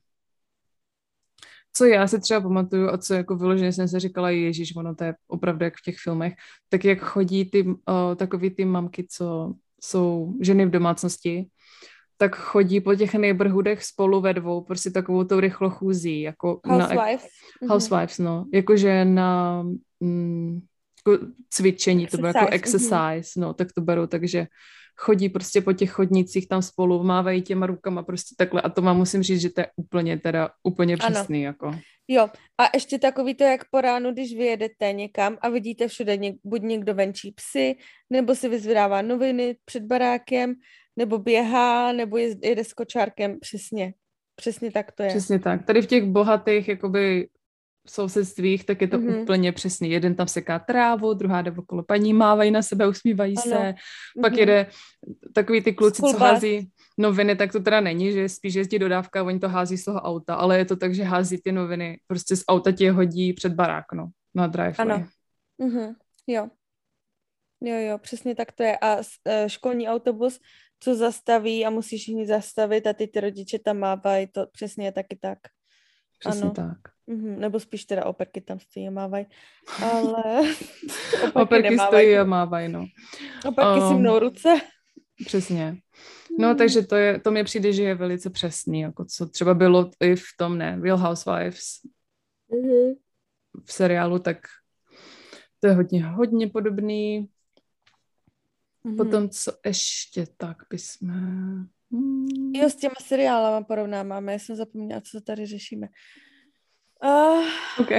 co já si třeba pamatuju a co jako vyloženě jsem se říkala, ježiš, ono to je opravdu jak v těch filmech, tak jak chodí ty, uh, takový ty mamky, co jsou ženy v domácnosti, tak chodí po těch neighborhoodech spolu ve dvou, prostě takovou tou rychlochůzí, jako Housewives. Na, housewives, no, jakože na mm, jako cvičení, exercise. To bylo jako exercise, mm-hmm. no, tak to berou, takže chodí prostě po těch chodnicích tam spolu, mávají těma rukama prostě takhle a to vám musím říct, že to je úplně teda úplně přesný, ano. Jako. Jo, a ještě takový to, jak po ránu, když vyjedete někam a vidíte všude něk, buď někdo venčí psy, nebo si vyzvedává noviny před barákem, nebo běhá, nebo jede s kočárkem, přesně. Přesně tak to je. Přesně tak. Tady v těch bohatých, jakoby v sousedstvích, tak je to mm-hmm. úplně přesný. Jeden tam seká trávu, druhá jde okolo paní, mávají na sebe, usmívají ano. se. Pak mm-hmm. jede takový ty kluci, School co bus. Hází noviny, tak to teda není, že spíš jezdí dodávka a oni to hází z toho auta, ale je to tak, že hází ty noviny, prostě z auta ti je hodí před barák, no, na driveway. Ano. Mm-hmm. Jo. Jo, jo, přesně tak to je. A uh, školní autobus, co zastaví a musíš všichni zastavit a ty ty rodiče tam mávají, to přesně je taky tak. Přesně ano. tak. Mm-hmm. Nebo spíš teda operky tam stojí a mávají. Ale operky, operky stojí a mávají, no. Operky um, si mnou ruce. Přesně. No, takže to, je, to mi přijde, že je velice přesný, jako co třeba bylo i v tom, ne, Real Housewives mm-hmm. v seriálu, tak to je hodně, hodně podobný. Mm-hmm. Potom, co ještě tak bychom... Hmm. Jo, s těma seriálama porovnáváme, já jsem zapomněla, co tady řešíme. Uh, ok.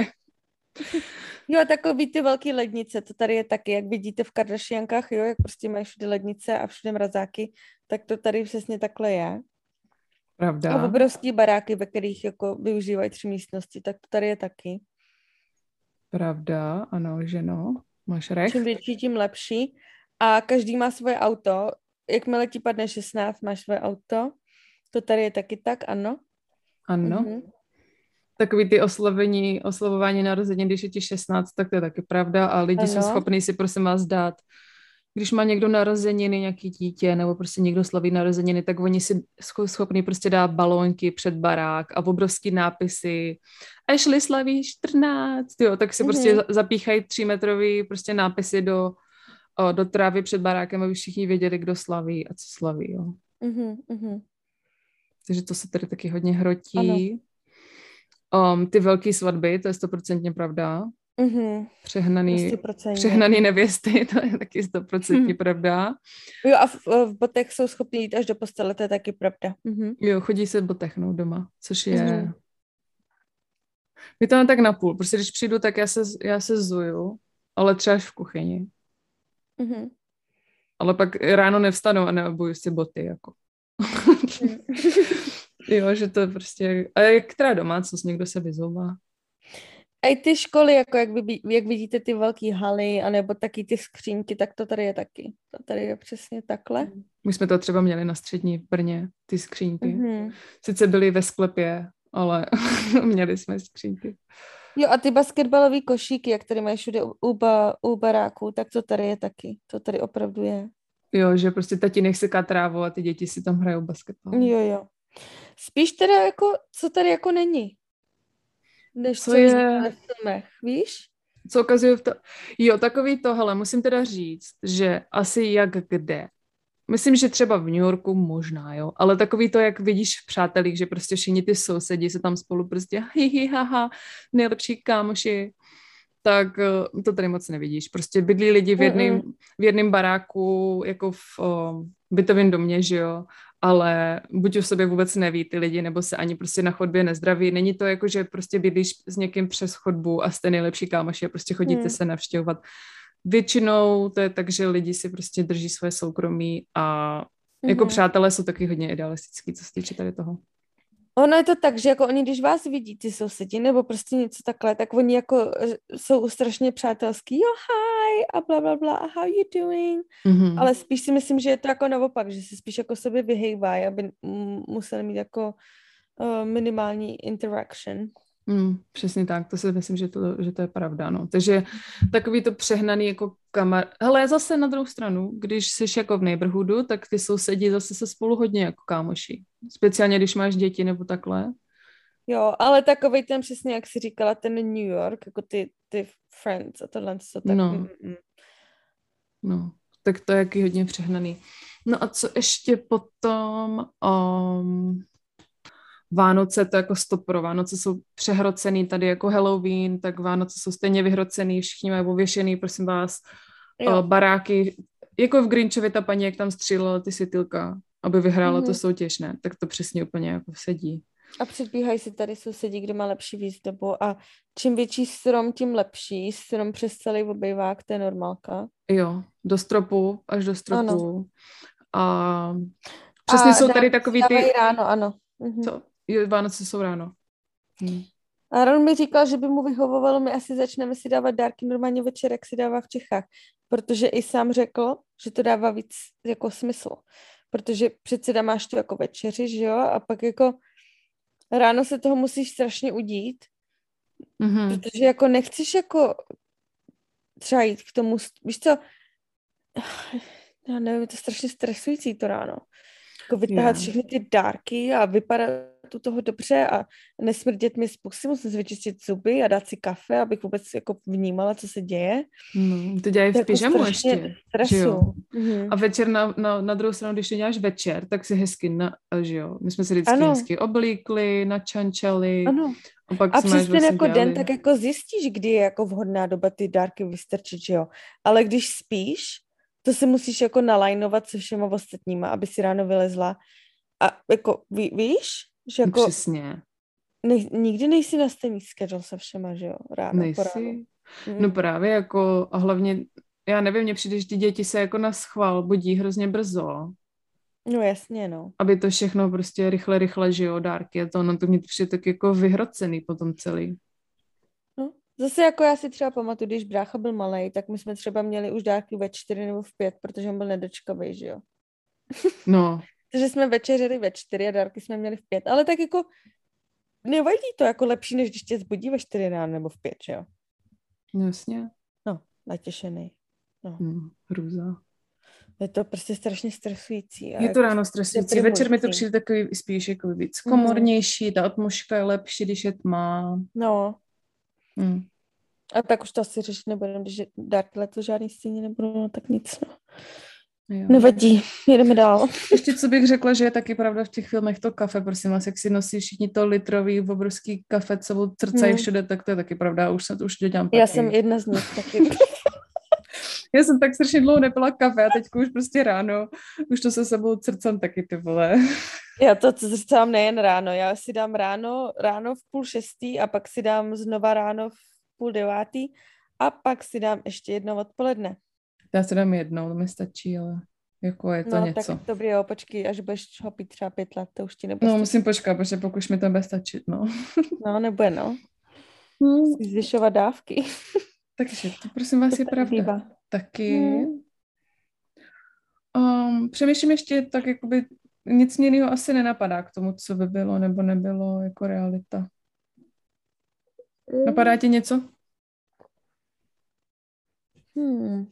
Jo, takový ty velký lednice, to tady je taky, jak vidíte v Kardashiankách, jo, jak prostě mají všude lednice a všude mrazáky, tak to tady přesně takhle je. Pravda. A obrovský baráky, ve kterých jako využívají tři místnosti, tak to tady je taky. Pravda, ano, že no, máš recht. Čím větší, tím lepší. A každý má svoje auto. Jakmile ti padne šestnáct, máš svoje auto. To tady je taky tak, ano. Ano. Mhm. Takový ty oslavení, oslavování narozenin, když je ti šestnáct, tak to je taky pravda a lidi ano. jsou schopní si prosím vás dát, když má někdo narozeniny, nějaký dítě, nebo prostě někdo slaví narozeniny, tak oni si jsou schopní prostě dát balónky před barák a obrovský nápisy. Ashley slaví čtrnáct, jo, tak si mm-hmm. prostě zapíchají třímetrový prostě nápisy do, o, do trávy před barákem, aby všichni věděli, kdo slaví a co slaví, jo. Mm-hmm. Takže to se tady taky hodně hrotí. Ano. Um, ty velké svatby, to je stoprocentně pravda. Mm-hmm. Přehnaný, přehnaný nevěsty, to je taky stoprocentně mm. pravda. Jo, a v, v botech jsou schopni jít až do postele, to je taky pravda. Mm-hmm. Jo, chodí se botechnout doma, což je... Mm-hmm. My to mám tak napůl, prostě když přijdu, tak já se, já se zuju, ale třeba až v kuchyni. Mm-hmm. Ale pak ráno nevstanu a neobuju si boty, jako. Mm. Jo, že to je prostě... A jak která domácnost, někdo se vyzouvá. A i ty školy, jako jak, vy, jak vidíte ty velký haly, anebo taky ty skřínky, tak to tady je taky. To tady je přesně takhle. My jsme to třeba měli na střední v Brně, ty skřínky. Mm-hmm. Sice byly ve sklepě, ale měli jsme skřínky. Jo, a ty basketbalové košíky, jak tady mají všude u, u, ba, u baráků, tak to tady je taky. To tady opravdu je. Jo, že prostě tatínek seká trávu a ty děti si tam hrajou basketbal. Jo, jo. Spíš teda jako, co tady jako není, než Co co je... ve filmech, víš? Co ukazuje v to... Jo, takový to, hele, musím teda říct, že asi jak kde. Myslím, že třeba v New Yorku možná, jo, ale takový to, jak vidíš v Přátelích, že prostě všichni ty sousedi se tam spolu prostě hihi, haha, nejlepší kámoši, tak uh, to tady moc nevidíš. Prostě bydlí lidi v jedném v jedném baráku, jako v uh, bytovém domě, že jo, ale buď o sobě vůbec neví ty lidi, nebo se ani prostě na chodbě nezdraví. Není to jako, že prostě bydlíš s někým přes chodbu a jste nejlepší kámoši a prostě chodíte hmm. se navštěvovat. Většinou to je tak, že lidi si prostě drží své soukromí a jako mm-hmm. přátelé jsou taky hodně idealistický, co se týče tady toho. Ono je to tak, že jako oni, když vás vidí, ty sousedi, nebo prostě něco takhle, tak oni jako jsou strašně přátelský, jo, hi, a bla, bla, bla, how you doing? Mm-hmm. Ale spíš si myslím, že je to jako naopak, že se spíš jako sobě vyhejvají, aby m- museli mít jako uh, minimální interaction. Mm, přesně tak, to si myslím, že to, že to je pravda, no. Takže takový to přehnaný jako kamar... Hele, zase na druhou stranu, když jsi jako v neighborhoodu, tak ty sousedí zase se spolu hodně jako kámoši. Speciálně, když máš děti nebo takhle. Jo, ale takovej ten přesně, jak jsi říkala, ten New York, jako ty, ty friends a tohle, co tak... No. no, tak to je jaký hodně přehnaný. No a co ještě potom... Um... Vánoce to jako stopro, Vánoce jsou přehrocený, tady jako Halloween, tak Vánoce jsou stejně vyhrocený, všichni mají ověšený, prosím vás, jo. baráky, jako v Grinchovi ta paní, jak tam střílela ty světýlka, aby vyhrála mm-hmm. to soutěž, ne? Tak to přesně úplně jako sedí. A předbíhají si tady sousedí, kdo má lepší výzdobu a čím větší strom, tím lepší. Strom přes celý obývák, to je normálka. Jo, do stropu, až do stropu. Ano. A přesně a jsou tady takový ty... ráno, ano. Mhm. Co? Jo, Vánoce jsou ráno. Hmm. A Ron mi říkal, že by mu vyhovovalo, my asi začneme si dávat dárky normálně večer, jak si dává v Čechách. Protože i sám řekl, že to dává víc jako smysl. Protože přece máš to jako večeři, že jo? A pak jako ráno se toho musíš strašně udít. Mm-hmm. Protože jako nechceš jako třeba jít k tomu, víš co, já nevím, je to strašně stresující to ráno. Jako vytáhat yeah. všechny ty dárky a vypadat u toho dobře a nesmrdět mi z pusy, musím si vyčistit zuby a dát si kafe, abych vůbec jako vnímala, co se děje. No, to dělají v pyžamu ještě. Stresu. Že jo? Mm-hmm. A večer na, na, na druhou stranu, když to děláš večer, tak si hezky, na, že jo, my jsme si vždycky ano. hezky oblíkli, načančali. Ano. A, pak a přes ten vlastně jako dělali. den tak jako zjistíš, kdy je jako vhodná doba ty dárky vystrčit, že jo. Ale když spíš, to si musíš jako nalajnovat se všema ostatníma, aby si ráno vylezla. A jako, ví, víš? Že jako přesně. Ne, nikdy nejsi na stejný schedule se všema, že jo? Ráno, nejsi? Ráno. Mm. No právě jako, a hlavně, já nevím, mně přijde, že ty děti se jako na schvál budí hrozně brzo. No jasně, no. Aby to všechno prostě rychle, rychle, že jo, dárky a to, no to mě přijde tak jako vyhrocený potom celý. No, zase jako já si třeba pamatuju, když brácha byl malej, tak my jsme třeba měli už dárky ve čtyři nebo v pět, protože on byl nedočkavý, že jo? No. Takže jsme večeřili ve čtyři a dárky jsme měli v pět, ale tak jako nevadí to jako lepší, než když tě zbudí ve čtyři ráno nebo v pět, že jo? No jasně. No, natěšený. No. Hmm, hrůza. Je to prostě strašně stresující. Je to ráno stresující. Večer mi to přijde takový spíš jako víc komornější, mm. ta atmosféra je lepší, když je tma. No. Hmm. A tak už to asi řešit nebudeme, když dárky letos žádný stíně nebudou, no tak nic. No. Jo. Nevadí, jedeme dál. Ještě co bych řekla, že je taky pravda v těch filmech to kafe, prosím vás, jak si nosí všichni to litrový obrovský kafe, co crcají hmm. všude, tak to je taky pravda, už se to už dělám taky. Já jsem jedna z nich taky. Já jsem tak strašně dlouho nepila kafe a teď už prostě ráno, už to se sebou crcám taky, ty vole. Já to crcám nejen ráno, já si dám ráno, ráno v půl šestý a pak si dám znova ráno v půl devátý a pak si dám ještě jednou odpoledne. Já si dám jednou, to mi stačí, ale jako je to no, něco. No tak dobrý, jo, počkej, až budeš ho pít třeba pět let, to už ti nebude No, stačit. Musím počkat, protože pokud mi to bude stačit, no. No, nebude, no. Hmm. Zvyšovat dávky. Takže to prosím vás to je pravda. Bývá. Taky. Hmm. Um, přemýšlím ještě tak, jakoby nic jiného asi nenapadá k tomu, co by bylo nebo nebylo jako realita. Napadá ti něco? Hmm.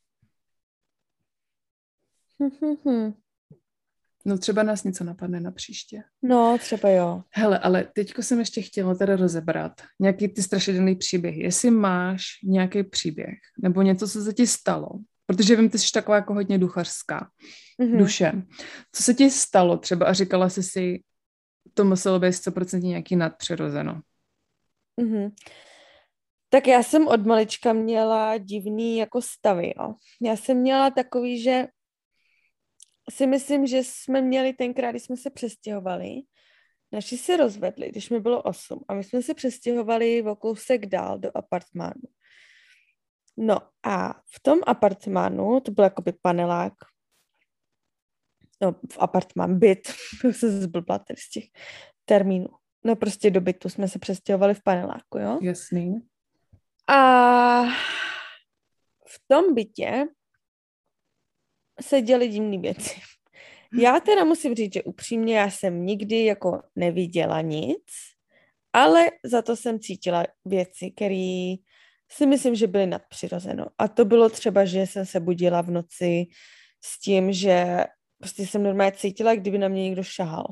Hm, hm, hm. No třeba nás něco napadne na příště. No, třeba jo. Hele, ale teďko jsem ještě chtěla teda rozebrat nějaký ty strašidelný příběhy. Jestli máš nějaký příběh nebo něco, co se ti stalo, protože vím, ty jsi taková jako hodně duchařská Mhm. duše. Co se ti stalo třeba a říkala jsi si, to muselo být sto procent nějaký nadpřirozeno. Mhm. Tak já jsem od malička měla divný jako stavy, jo. Já jsem měla takový, že si myslím, že jsme měli tenkrát, když jsme se přestěhovali, naši se rozvedli, když mi bylo osm a my jsme se přestěhovali o kousek dál do apartmánu. No a v tom apartmánu, to byl jakoby panelák, no v apartmán, byt, se zblbla tady z těch termínů. No prostě do bytu jsme se přestěhovali v paneláku, jo. Jasný. A v tom bytě se děly divné věci. Já teda musím říct, že upřímně já jsem nikdy jako neviděla nic, ale za to jsem cítila věci, které si myslím, že byly nadpřirozeno. A to bylo třeba, že jsem se budila v noci s tím, že prostě jsem normálně cítila, kdyby na mě někdo šahal.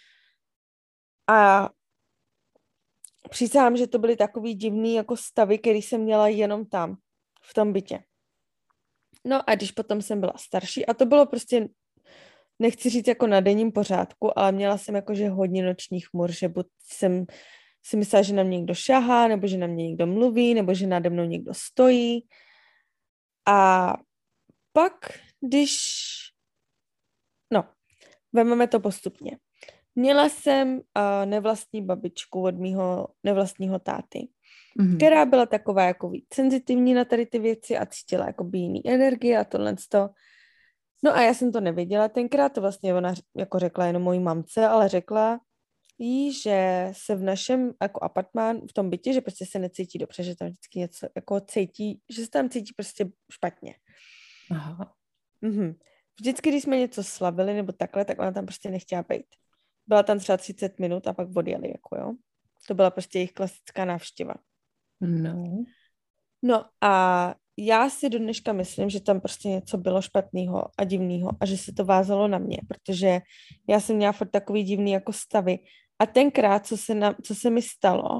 A přísahám, že to byly takový divný jako stavy, který jsem měla jenom tam, v tom bytě. No a když potom jsem byla starší, a to bylo prostě, nechci říct jako na denním pořádku, ale měla jsem jakože hodně nočních chmur, že buď jsem si myslela, že na mě někdo šahá, nebo že na mě někdo mluví, nebo že nade mnou někdo stojí. A pak, když, no, vezmeme to postupně. Měla jsem uh, nevlastní babičku od mýho nevlastního táty, mm-hmm. která byla taková jako víc senzitivní na tady ty věci a cítila jako by jiný energie a tohle to. No a já jsem to nevěděla tenkrát, to vlastně ona jako řekla jenom mojí mamce, ale řekla jí, že se v našem jako apartmán, v tom bytě, že prostě se necítí dobře, že tam vždycky něco jako cítí, že se tam cítí prostě špatně. Aha. Mhm. Vždycky, když jsme něco slavili nebo takhle, tak ona tam prostě nechtěla být. Byla tam třeba třicet minut a pak odjeli, jako jo. To byla prostě jejich klasická návštěva. No. No a já si do dneška myslím, že tam prostě něco bylo špatného a divného a že se to vázalo na mě, protože já jsem měla furt takový divný jako stavy. A tenkrát, co se, na, co se mi stalo,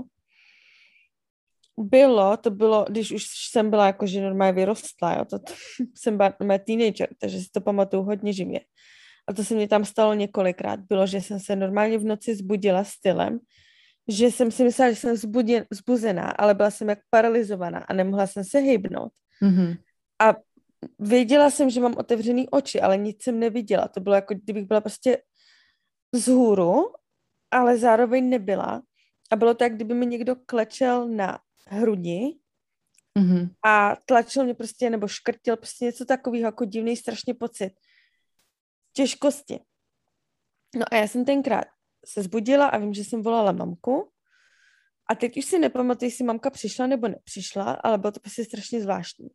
bylo, to bylo, když už jsem byla jakože normálně vyrostla, jo, to, to jsem byla normálně teenager, takže si to pamatuju hodně živě. A to se mi tam stalo několikrát. Bylo, že jsem se normálně v noci zbudila stylem, že jsem si myslela, že jsem zbudě, zbuzená, ale byla jsem jak paralizovaná a nemohla jsem se hýbnout. Mm-hmm. A věděla jsem, že mám otevřený oči, ale nic jsem neviděla. To bylo jako, kdybych byla prostě vzhůru, ale zároveň nebyla. A bylo to, jak kdyby mi někdo klečel na hrudi mm-hmm. a tlačil mě prostě, nebo škrtil prostě něco takového, jako divný strašně pocit. Těžkosti. No a já jsem tenkrát se zbudila a vím, že jsem volala mamku a teď už si nepamatuji, jestli mamka přišla nebo nepřišla, ale bylo to prostě strašně zvláštní.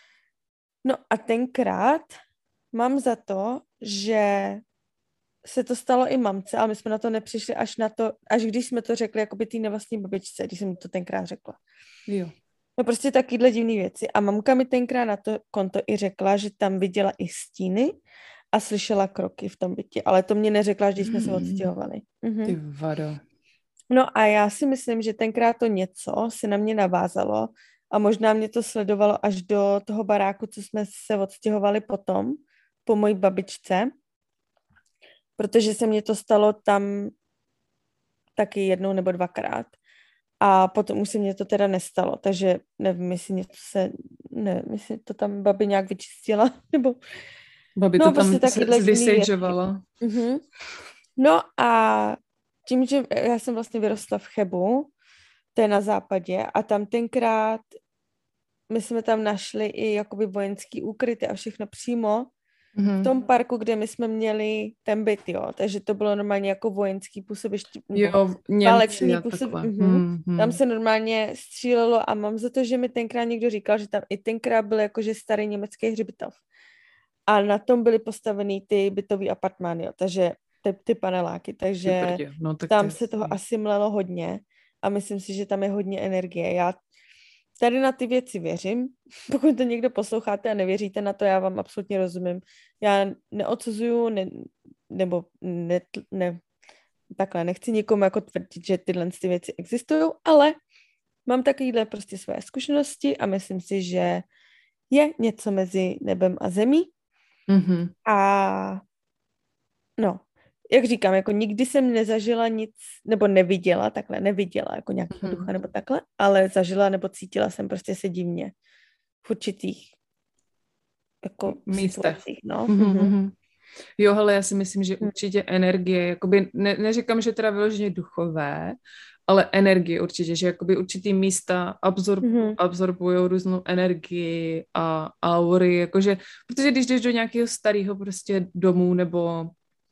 No a tenkrát mám za to, že se to stalo i mamce, ale my jsme na to nepřišli až na to, až když jsme to řekli jakoby té nevlastní babičce, když jsem mi to tenkrát řekla. Jo. No prostě takovýhle divný věci. A mamka mi tenkrát na to konto i řekla, že tam viděla i stíny a slyšela kroky v tom bytě, ale to mě neřekla, když jsme se odstěhovali. Mhm. Ty vado. No a já si myslím, že tenkrát to něco se na mě navázalo a možná mě to sledovalo až do toho baráku, co jsme se odstěhovali potom, po mojí babičce, protože se mně to stalo tam taky jednou nebo dvakrát. A potom už se mně to teda nestalo, takže nevím, jestli něco se, nevím, jestli to tam babi nějak vyčistila, nebo... Babi no, to prostě tam se vysageovala. Uh-huh. No a tím, že já jsem vlastně vyrostla v Chebu, to je na západě, a tam tenkrát my jsme tam našli i jakoby vojenský úkryty a všechno přímo mm-hmm. v tom parku, kde my jsme měli ten byt, jo, takže to bylo normálně jako vojenský působiště, jo, válečný působiště. Mm-hmm. Mm-hmm. Tam se normálně střílelo a mám za to, že mi tenkrát někdo říkal, že tam i tenkrát byl jakože starý německý hřbitov. A na tom byly postavený ty bytový apartmány, jo, takže ty, ty paneláky, takže no, tak tam ty... se toho asi mlelo hodně. a myslím si, že tam je hodně energie. Já tady na ty věci věřím. Pokud to někdo posloucháte a nevěříte na to, já vám absolutně rozumím. Já neodsuzuju, ne, nebo ne, ne, takhle, nechci nikomu jako tvrdit, že tyhle ty věci existují, ale mám takovýhle prostě své zkušenosti a myslím si, že je něco mezi nebem a zemí. Mm-hmm. A no, jak říkám, jako nikdy jsem nezažila nic, nebo neviděla, takhle, neviděla jako nějakého ducha nebo takhle, ale zažila nebo cítila jsem prostě se divně v určitých jako místech. No. Mm-hmm. Mm-hmm. Jo, hele, já si myslím, že určitě energie, jakoby, ne, neříkám, že teda vyloženě duchové, ale energie určitě, že jakoby určitý místa absorb, mm-hmm. absorbují různou energii a aury, jakože, protože když jdeš do nějakého starého prostě domu nebo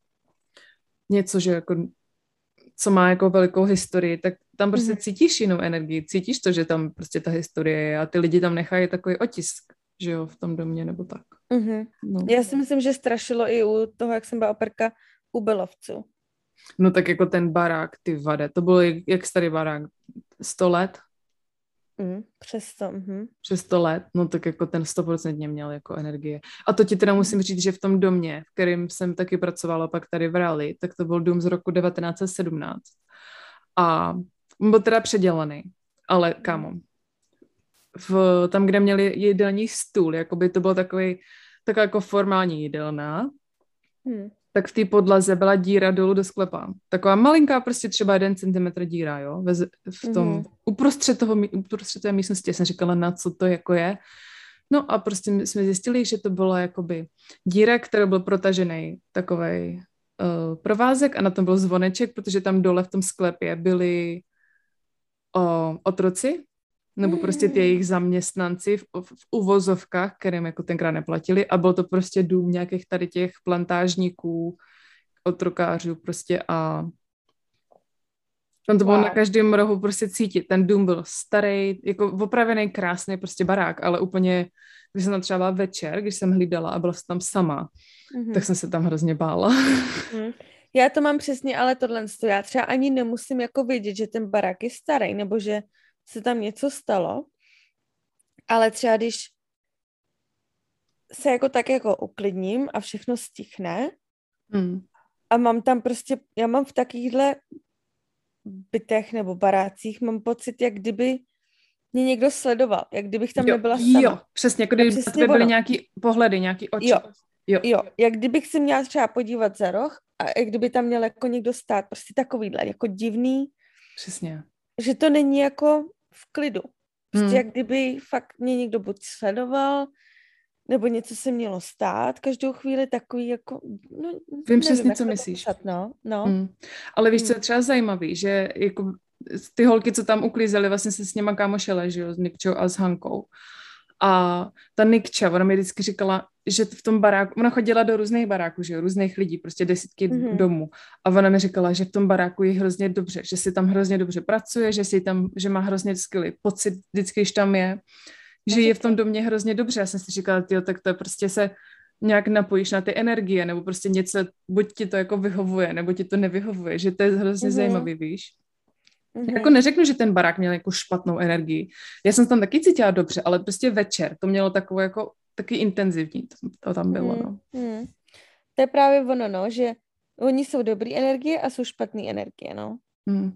něco, že jako, co má jako velikou historii, tak tam prostě mm-hmm. cítíš jinou energii, cítíš to, že tam prostě ta historie je a ty lidi tam nechají takový otisk, že jo, v tom domě nebo tak. Mm-hmm. No. Já si myslím, že strašilo i u toho, jak jsem byla operka u Belovců. No tak jako ten barák, ty vade, to bylo jak, jak starý barák, sto let? Mm, přes sto, mm. Přes sto let, no tak jako ten stoprocentně měl jako energie. A to ti teda musím říct, že v tom domě, v kterém jsem taky pracovala pak tady v Raleigh, tak to byl dům z roku devatenáct set sedmnáct. A byl teda předělaný, ale kámo, v, tam, kde měli jídelní stůl, jakoby to byl takový, taková jako formální jídelná, hmm. tak v té podlaze byla díra dolů do sklepa. Taková malinká, prostě třeba jeden centimetr díra, jo, v, v tom, hmm. uprostřed toho, uprostřed té místnosti, jsem říkala, na co to jako je. No a prostě jsme zjistili, že to byla jakoby díra, kterou byl protažený takovej uh, provázek a na tom byl zvoneček, protože tam dole v tom sklepě byli uh, otroci, nebo prostě ty jejich zaměstnanci v, v, v uvozovkách, kterým jako tenkrát neplatili a byl to prostě dům nějakých tady těch plantážníků, otrokářů prostě a tam to bylo wow. Na každém rohu prostě cítit. Ten dům byl starý, jako opravený, krásný prostě barák, ale úplně, když jsem tam třeba byla večer, když jsem hlídala a byla jsem tam sama, mm-hmm. tak jsem se tam hrozně bála. Mm. Já to mám přesně, ale tohle, já třeba ani nemusím jako vědět, že ten barák je starý, nebo že se tam něco stalo, ale třeba když se jako tak jako uklidním a všechno stichne hmm. a mám tam prostě, já mám v takovýchhle bytech nebo barácích, mám pocit, jak kdyby mě někdo sledoval, jak kdybych tam jo, nebyla sama. Jo, přesně, jako kdyby přesně byly nějaký pohledy, nějaký oči. Jo, jo, jo, jak kdybych si měla třeba podívat za roh a jak kdyby tam měl jako někdo stát, prostě takovýhle, jako divný. Přesně. Že to není jako v klidu. Prostě hmm. jak kdyby fakt mě někdo buď sledoval, nebo něco se mělo stát, každou chvíli takový jako, no, Vím nevím, přesně, co myslíš. Popsat, no, no. Hmm. Ale víš, co je třeba zajímavý, že jako ty holky, co tam uklízely, vlastně se s něma kámošele, že jo, s Nikčou a s Hankou. A ta Nikča, ona mi vždycky říkala, že v tom baráku, ona chodila do různých baráků, že jo, různých lidí, prostě desítky mm-hmm. domů. A ona mi říkala, že v tom baráku je hrozně dobře, že si tam hrozně dobře pracuje, že si tam, že má hrozně skvělý pocit vždycky, když tam je, že je v tom domě hrozně dobře. Já jsem si říkala, tyjo, tak to je prostě se nějak napojíš na ty energie, nebo prostě něco, buď ti to jako vyhovuje, nebo ti to nevyhovuje, že to je hrozně mm-hmm. zajímavý, víš. Mm-hmm. Jako neřeknu, že ten barák měl jako špatnou energii. Já jsem tam taky cítila dobře, ale prostě večer to mělo takové jako taky intenzivní, to, to tam bylo, no. Mm. To je právě ono, no, že oni jsou dobrý energie a jsou špatný energie, no. Mm.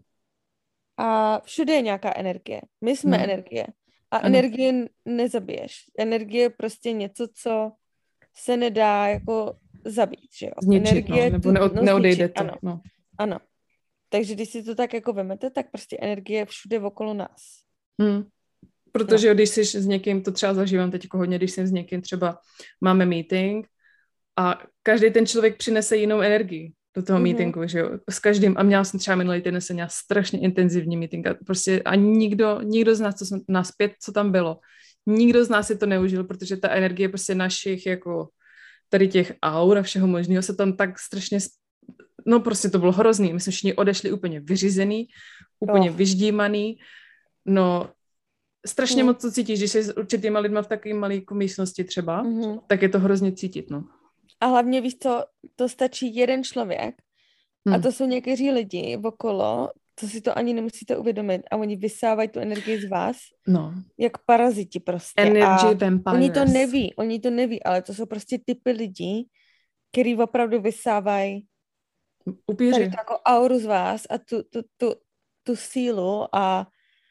A všude je nějaká energie. My jsme mm. energie. A ano. Energie nezabiješ. Energie je prostě něco, co se nedá jako zabít, že jo. Zničit, energie no, nebo neod, no, neodejde to. Ano. No. ano. Takže když si to tak jako vemete, tak prostě energie je všude okolo nás. Hmm. Protože no. když jsi s někým, to třeba zažívám teď jako hodně, když jsem s někým třeba máme meeting a každý ten člověk přinese jinou energii do toho mm-hmm. meetingu, že jo, s každým. A měla jsem třeba minulý týden, jsem měla strašně intenzivní meeting a prostě a nikdo, nikdo z nás, co jsme, nás pět, co tam bylo, nikdo z nás si to neužil, protože ta energie prostě našich jako tady těch aur a všeho možného se tam tak strašně no prostě to bylo hrozný. My jsme všichni odešli úplně vyřízený, úplně oh. vyždímaný. No, strašně mm. moc to cítíš, když jsi s určitýma lidma v takové malé místnosti třeba, mm-hmm. tak je to hrozně cítit, no. A hlavně víš co, to stačí jeden člověk mm. a to jsou někteří lidi okolo, to si to ani nemusíte uvědomit a oni vysávají tu energii z vás, no. jak paraziti prostě. Energy a vampires. oni to neví, oni to neví, ale to jsou prostě typy lidí, který opravdu vysávají upíři. Tady to jako auru z vás a tu, tu, tu, tu sílu a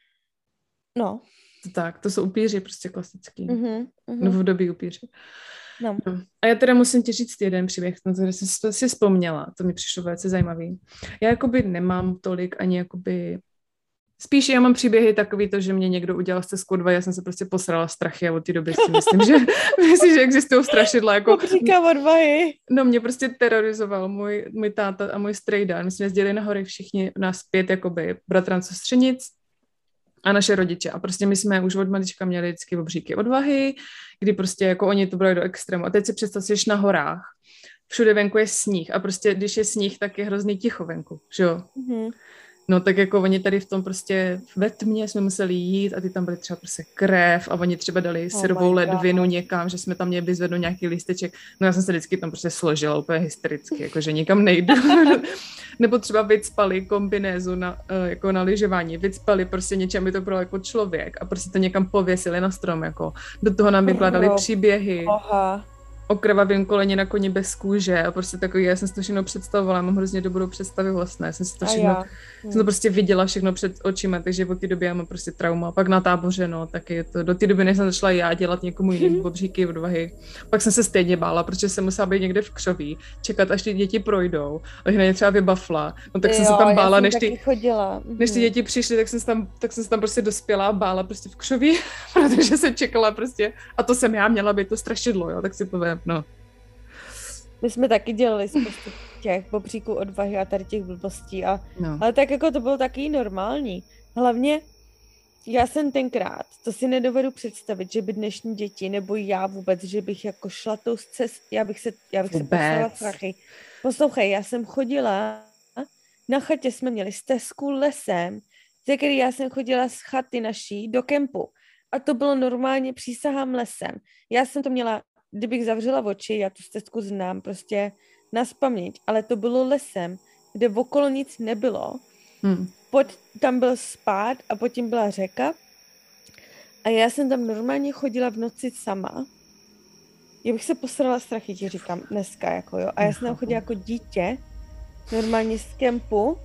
no. To tak, to jsou upíři prostě klasický. Mm-hmm, mm-hmm. Novodobí upíři. No. No. A já teda musím ti říct jeden příběh, na který jsem si vzpomněla, to mi přišlo velice zajímavý. Já jakoby nemám tolik ani jakoby... Spíš já mám příběhy takový to, že mě někdo udělal stezku dva, já jsem se prostě posrala strachy a od té doby si myslím, že myslím, že existují strašidla. Jako... Říká odvahy. No mě prostě terorizoval můj, můj táta a můj strejda. My jsme jezdili na hory všichni, nás pět jakoby bratranců střenic a naše rodiče. A prostě my jsme už od malička měli vždycky obříky odvahy, kdy prostě jako oni to brali do extrému. A teď si představ, že jsi na horách, všude venku je sníh a prostě když je sníh, tak je hrozný ticho venku, že jo? Mm-hmm. No tak jako oni tady v tom prostě ve tmě jsme museli jít a ty tam byly třeba prostě krev a oni třeba dali Oh syrovou my ledvinu God. někam, že jsme tam měli vyzvednout nějaký lísteček. No já jsem se vždycky tam prostě složila úplně hystericky, jakože nikam nejdu. Nebo třeba vycpali kombinézu na, jako na lyžování, vycpali prostě něčem, by to bylo jako člověk a prostě to někam pověsili na strom, jako. Do toho nám vykládali příběhy. Oha. O krvavém koleni na koni bez kůže a prostě takový, já jsem si to všechno představovala, mám hrozně dobrou představy vlastně, jsem si to všechno, jsem to prostě viděla všechno před očima, takže od té doby já mám prostě trauma. Pak na táboře, no, taky je to, do té doby, než jsem začala já dělat někomu jinému obříky odvahy. Pak jsem se stejně bála, protože jsem musela být někde v křoví, čekat, až ty děti projdou, až na ně třeba vybafla, no tak jo, jsem se tam bála, než ty, než ty děti přišly, tak jsem se tam, tak jsem se tam prostě dospěla a bála prostě v křoví, protože jsem čekala prostě, a to jsem já měla být to strašidlo, jo, tak si povím. No. My jsme taky dělali spoustu těch bobříků odvahy a tady těch blbostí, a, no. ale tak jako to bylo taky normální. Hlavně já jsem tenkrát, to si nedovedu představit, že by dnešní děti, nebo já vůbec, že bych jako šla tou cest, já bych se, já bych se poslala strachy. Poslouchej, já jsem chodila, na chatě jsme měli stezku lesem, ze který já jsem chodila z chaty naší do kempu. A to bylo normálně, přísahám, lesem. Já jsem to měla, kdybych zavřela oči, já tu stezku znám prostě nazpaměť, ale to bylo lesem, kde okolo nic nebylo. Hmm. Pod, tam byl spád a pod tím byla řeka. A já jsem tam normálně chodila v noci sama. Já bych se posrala strachy, ti říkám, dneska, jako jo. A já jsem tam chodila jako dítě, normálně z kempu.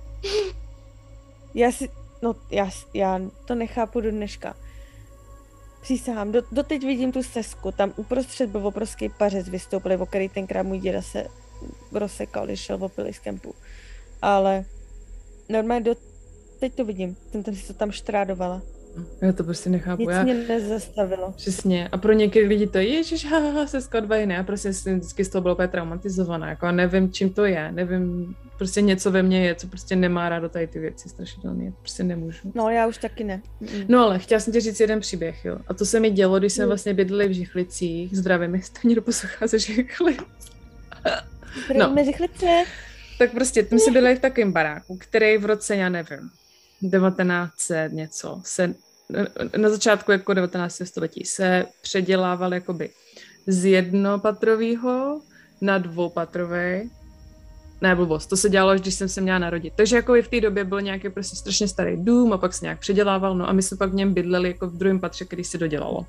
Já si, no, já, já to nechápu do dneška. Přísahám, do, doteď vidím tu stezku, tam uprostřed byl obrovský pařec vystoupili, o který tenkrát můj děda se rozsekal, když šel opilý z kempu. Ale normálně do, teď to vidím, jsem tam si to tam štrádovala. Já to prostě nechápu. Nic já... mě nezastavilo. Přesně. A pro některé lidi to je, ježiš, haha, stezka odvahy, ne. Já prostě jsem vždycky z toho byla úplně traumatizovaná, jako a nevím, čím to je, nevím, prostě něco ve mně je, co prostě nemá rádo tady ty věci strašidelné, prostě nemůžu. No, já už taky ne. Mm. No ale chtěla jsem ti říct jeden příběh, jo. A to se mi dělo, když jsme mm. vlastně bydleli v Žihlicích, zdravím, jestli to někdo poslouchá ze Žichlic. No. Žihlice. Tak prostě, my jsme byli v takovém baráku, který v roce, já nevím, devatenáct set něco, se, na začátku jako devatenáctého století se předělával jakoby z jednopatrového na dvoupatrový. Ne, blbost, to se dělalo, až když jsem se měla narodit. Takže jako i v té době byl nějaký prostě strašně starý dům a pak se nějak předělával, no a my jsme pak v něm bydleli jako v druhém patře, který se dodělalo.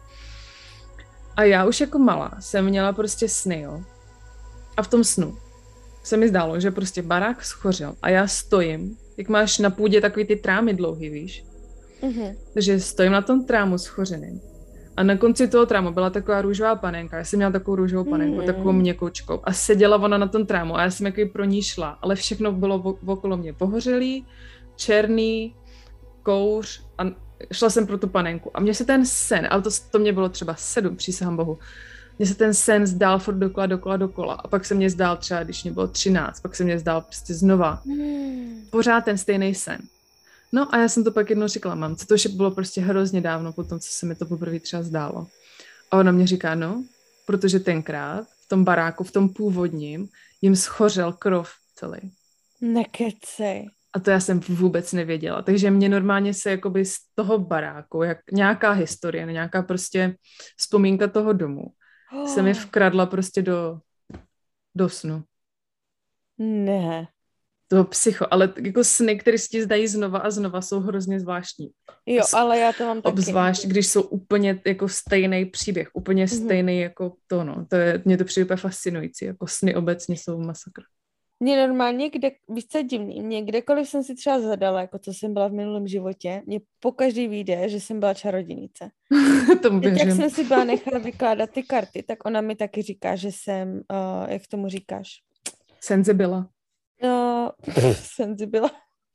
A já už jako malá jsem měla prostě sny, jo. A v tom snu se mi zdálo, že prostě barák schořel a já stojím, jak máš na půdě takový ty trámy dlouhý, víš? Mm-hmm. Takže stojím na tom trámu schořeným. A na konci toho trámu byla taková růžová panenka. Já jsem měla takovou růžovou panenku, mm. takovou měkoučkou. A seděla ona na tom trámu a já jsem jako pro ní šla. Ale všechno bylo okolo mě pohořelý, černý, kouř a šla jsem pro tu panenku. A mně se ten sen, ale to, to mě bylo třeba sedm, přísahám Bohu, mně se ten sen zdál furt dokola, dokola, dokola. A pak se mě zdál třeba, když mě bylo třináct, pak se mě zdál prostě znova. Mm. Pořád ten stejný sen. No a já jsem to pak jednou říkala mamce, to už bylo prostě hrozně dávno po tom, co se mi to poprvé třeba zdálo. A ona mě říká, no, protože tenkrát v tom baráku, v tom původním, jim schořel krov celý. Nekecej. A to já jsem vůbec nevěděla. Takže mě normálně se jakoby z toho baráku, jak nějaká historie, nějaká prostě vzpomínka toho domu, oh. se mi vkradla prostě do, do snu. Ne. To psycho, ale jako sny, které si ti zdají znova a znova, jsou hrozně zvláštní. Jo, ale já to mám taky. Obzvlášť, když jsou úplně jako stejný příběh, úplně mm-hmm. stejný jako to, no. To je, mně to přijde úplně fascinující, jako sny obecně jsou masakr. Mně normálně, kde, víš, co je divný, mě kdekoliv jsem si třeba zadala, jako co jsem byla v minulém životě, mě pokaždý vyjde, že jsem byla čarodějnice. Tomu Teď, jak jsem si byla nechala vykládat ty karty, tak ona mi taky říká, že jsem, uh, jak tomu říkáš? Senzibila. No, senzibila.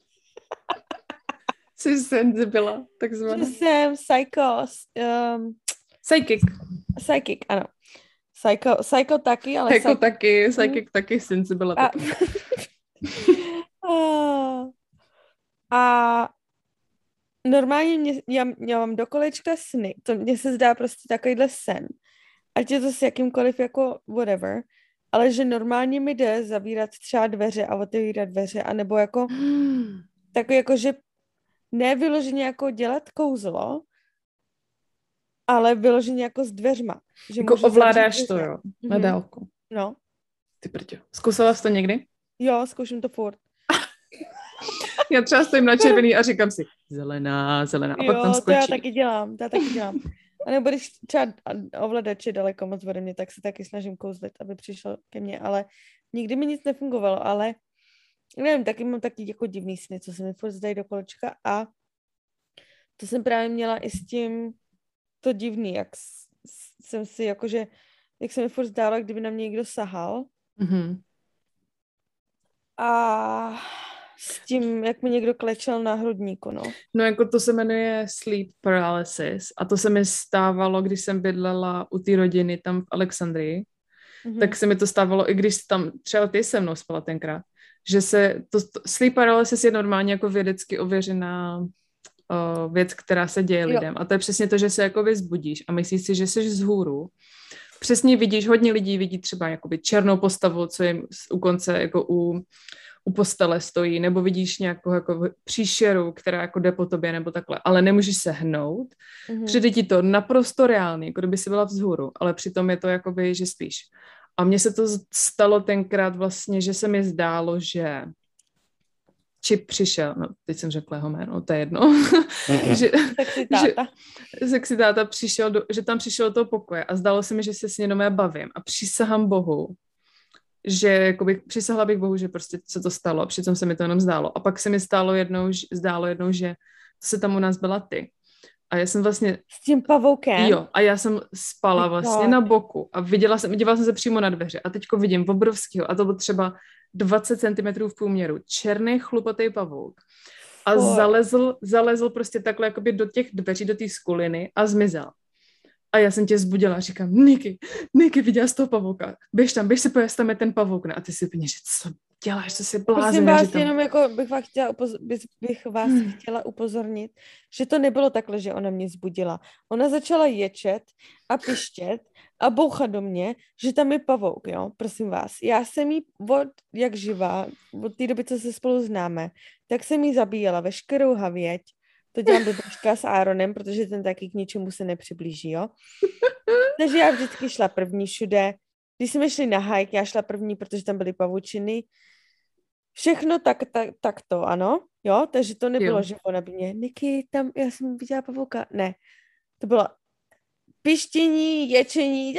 Jsi senzibila, takzvaná. Že jsem psycho. Um, psychic. Psychic, ano. Psycho, psycho taky, ale... Psycho psychic taky, psychic taky, senzibila a... taky. a... a normálně mě, já, já mám do kolečka sny. To mně se zdá prostě takovýhle sen. Ať je to s jakýmkoliv jako whatever, ale že normálně mi jde zavírat třeba dveře a otevírat dveře, anebo jako hmm. tak jako, že ne vyloženě jako dělat kouzlo, ale vyloženě jako s dveřma. Že jako ovládáš to, jo, na mm-hmm. dálku. No. Ty prďo. Zkusila jsi to někdy? Jo, zkouším to furt. Já třeba stojím na červený a říkám si zelená, zelená a jo, pak tam skočí. to já taky dělám, to já taky dělám. A nebo když třeba ovladač je daleko moc ode mě, tak se taky snažím kouzlit, aby přišel ke mně, ale nikdy mi nic nefungovalo, ale nevím, taky mám taky jako divný sny, co se mi furt zdají do kolečka a to jsem právě měla i s tím to divný, jak jsem si jakože, jak se mi furt zdálo, kdyby na mě někdo sahal. Mm-hmm. A s tím, jak mi někdo klečel na hrudníku, no. No jako to se jmenuje sleep paralysis a to se mi stávalo, když jsem bydlela u té rodiny tam v Alexandrii, mm-hmm. tak se mi to stávalo, i když tam třeba ty se mnou spala tenkrát, že se, to, to sleep paralysis je normálně jako vědecky ověřená uh, věc, která se děje lidem jo. A to je přesně to, že se jako vyzbudíš a myslíš si, že jsi vzhůru. Přesně vidíš, hodně lidí vidí třeba jakoby černou postavu, co jim u konce jako u u postele stojí, nebo vidíš nějakou jako příšeru, která jako jde po tobě, nebo takhle, ale nemůžeš se hnout. Mm-hmm. Přijde ti to naprosto reálně, jako kdyby jsi byla vzhůru, ale přitom je to jakoby, že spíš. A mně se to stalo tenkrát vlastně, že se mi zdálo, že Chip přišel, no teď jsem řekla jeho jméno, to je jedno, mm-hmm. že, sexy táta. že sexy táta přišel, do, že tam přišel do toho pokoje a zdálo se mi, že se s ním bavím a přísahám Bohu, že jakoby přísahla bych Bohu, že prostě se to stalo, přitom se mi to jenom zdálo. A pak se mi stálo jednou, zdálo jednou, že to se tam u nás byla ty. A já jsem vlastně... S tím pavoukem? Jo, a já jsem spala vlastně na boku a viděla jsem, dívala jsem se přímo na dveře a teďko vidím obrovskýho a to bylo třeba dvacet centimetrů v průměru, černý chlupatý pavouk. A oh. zalezl, zalezl prostě takhle jakoby do těch dveří, do té skuliny a zmizel. A já jsem tě zbudila a říkám, Niky, Niky, viděla jsi toho pavouka, běž tam, běž se pojést, tam je ten pavouk, ne? A ty si úplně, že co děláš, co si blázen. Prosím vás, tam... jenom jako bych vás, chtěla upozor... bych vás hmm. chtěla upozornit, že to nebylo takhle, že ona mě zbudila. Ona začala ječet a pištět a bouchat do mě, že tam je pavouk, jo, prosím vás. Já jsem jí od, jak živá, od té doby, co se spolu známe, tak jsem jí zabíjela veškerou havěť. To dělám do dneška s Aaronem, protože ten taky k ničemu se nepřiblíží, jo. Takže já vždycky šla první všude. Když jsme šli na hike, já šla první, protože tam byly pavučiny. Všechno tak, tak, tak to, ano, jo. Takže to nebylo, jo. Že ona by mě, Niky, tam, já jsem viděla pavouka. Ne, to bylo pištění, ječení.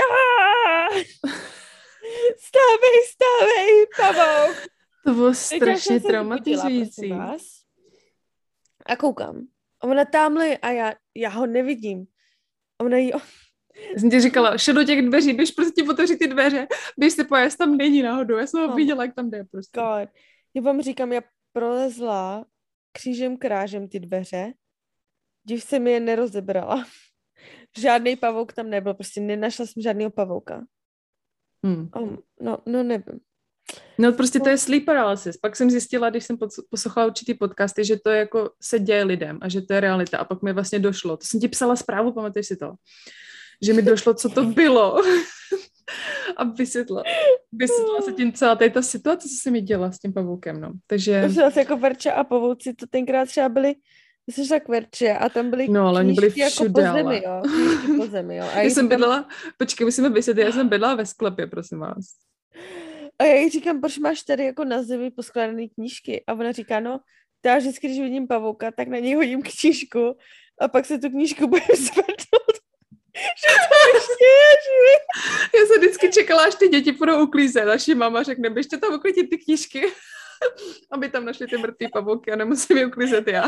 Stávej, stávej, pavouk. To bylo strašně traumatizující. A koukám. A ona tamhle a já, já ho nevidím. A ona jí... Já jsem ti říkala, šel do těch dveří, běž prostě otevřít ty dveře, běž se pojést, tam není náhodou. Já jsem ho no. viděla, jak tam jde prostě. God. Já vám říkám, já prolezla křížem krážem ty dveře, div se mi je nerozebrala. Žádný pavouk tam nebyl, prostě nenašla jsem žádného pavouka. Hmm. Um, no, no nevím. No prostě to je sleep paralysis. Pak jsem zjistila, když jsem poslouchala určitý podcasty, že to je jako se děje lidem a že to je realita. A pak mi vlastně došlo. To jsem ti psala zprávu, pamatuješ si to? Že mi došlo, co to bylo. A vysvětla. Vysvětla se tím celá tady ta situace, co se mi děla s tím pavoukem, no. Takže... To zase jako verče a pavouci, to tenkrát třeba byly, myslím, že tak verče a tam byly no, ale oni byli všude, jako po zemi, jo. Knížky po zemi, jo. A já jsem bydlela, tam... počkej, musíme vysvětlit, já jsem bydlela ve sklepě, prosím vás. A já jí říkám, proč máš tady jako na zemi poskládané knížky? A ona říká, no, já vždycky, když vidím pavouka, tak na něj hodím knížku a pak se tu knížku bojím zvednout. Že to ještě je, Já jsem vždycky čekala, až ty děti budou uklízet. Naši máma řekne, běžte tam uklidit ty knížky, aby tam našli ty mrtvý pavouky a nemusím je uklízet já.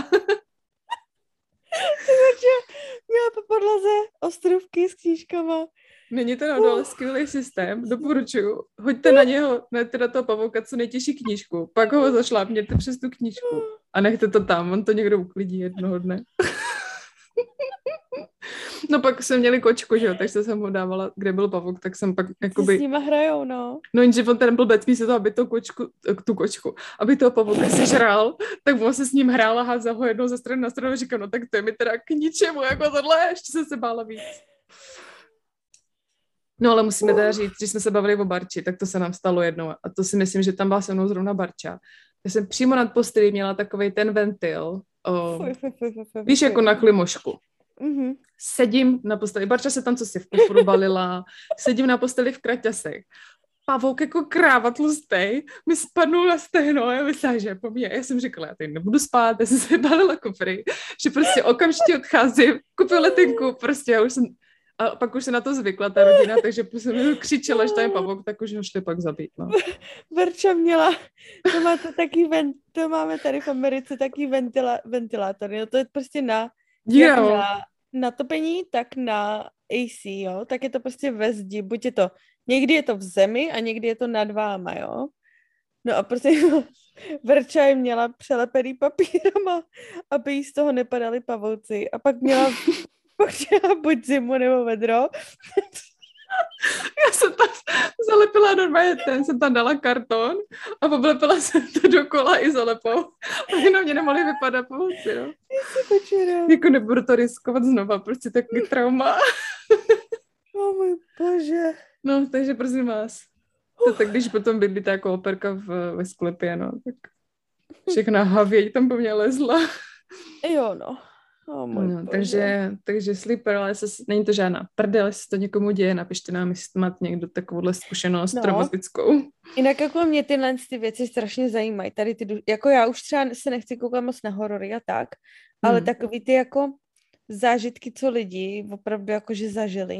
Takže měla po podlaze ostrůvky s knížkama. Není to náhodou uh. skvělý systém, doporučuju. Hoďte na něho, nechte na toho pavouka co nejtěžší knížku, pak ho zašlápněte přes tu knížku a nechte to tam, on to někdo uklidí jednoho dne. No pak jsme měli kočku, že jo, takže jsem ho dávala, kde byl pavouk, tak jsem pak jakoby... S nima hrajou, no. No jenže on ten blbec místo toho, aby to kočku, tu kočku, aby toho pavouka sežral, tak on se s ním hrál a házel ho jednou ze strany na stranu a říkal, no tak to je mi teda k ničemu, jako tohle, ještě jsem se bála víc. No ale musíme teda říct, když jsme se bavili o Barči, tak to se nám stalo jednou a to si myslím, že tam byla se mnou zrovna Barča. Já jsem přímo nad postelí měla takovej ten ventil, o, fuj, fuj, fuj, fuj, fuj, víš, jako na klimošku. Mm-hmm. Sedím na posteli, Barča se tam co si v kufru balila, sedím na posteli v kraťasech. Pavouk jako kráva tlustej mi spadnul na stehno a já myslela, že je po mně. Já jsem říkala, já tady nebudu spát, já jsem se balila kufry, že prostě okamžitě odcházím, kupuju letenku, prostě já už jsem, a pak už se na to zvykla ta rodina, takže jsem křičela, že tam je pavouk, tak už ho šli pak zabít. No. Barča měla, to máte taky ven, to máme tady v Americe taky ventila, ventilátor, jo? To je prostě na, jak na na topení, tak na A C, jo, tak je to prostě ve zdi, buď je to, někdy je to v zemi a někdy je to nad váma, jo. No a prostě Verča jim měla přelepený papírama, aby jí z toho nepadaly pavouci a pak měla, pak měla buď zimu nebo vedro. Já jsem tam zalepila normálně ten, jsem tam dala karton a oblepila jsem to dokola i zalepou. A na mě nemohli vypadat pavouci, no. Jako nebudu to riskovat znova, prostě takový trauma. O můj bože. No, takže prosím vás. To tak, když potom bydlíte jako operka v, ve sklepě, no, tak všechna havěť tam po mně lezla. Jo, no. Oh, no, takže, takže sleep paralysis, není to žádná prdel, jestli to někomu děje, napište nám, jestli máte někdo takovouhle zkušenost no. traumatickou. Jinak jako mě tyhle ty věci strašně zajímají. Tady ty, jako já už třeba se nechci koukat moc na horory a tak, hmm. ale takový ty jako zážitky, co lidi opravdu jakože zažili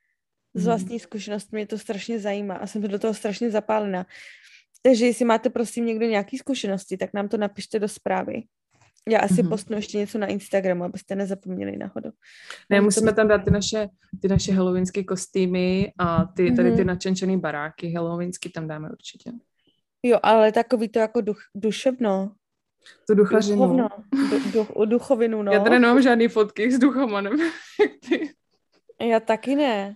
z vlastní zkušeností, mě to strašně zajímá a jsem to do toho strašně zapálená. Takže jestli máte prosím někdo nějaký zkušenosti, tak nám to napište do zprávy. Já asi mm-hmm. postnu ještě něco na Instagramu, abyste nezapomněli náhodou. Ne, musíme tam dát ty naše, ty naše halloweenské kostýmy a ty, tady ty načenčený baráky halloweenský tam dáme určitě. Jo, ale takový to jako duch, duševno. Tu duchařinu. Duchovno. Du, duch, duchovinu, no. Já tady nemám žádný fotky s duchama, nevím, jak ty. Já taky ne.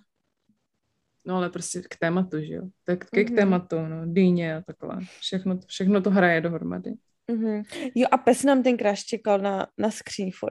No ale prostě k tématu, že jo. Tak k, mm-hmm. k tématu, no, dýně a takhle. Všechno, všechno to hraje dohromady. Mm-hmm. Jo a pes nám tenkrát čekal na, na skříň furt.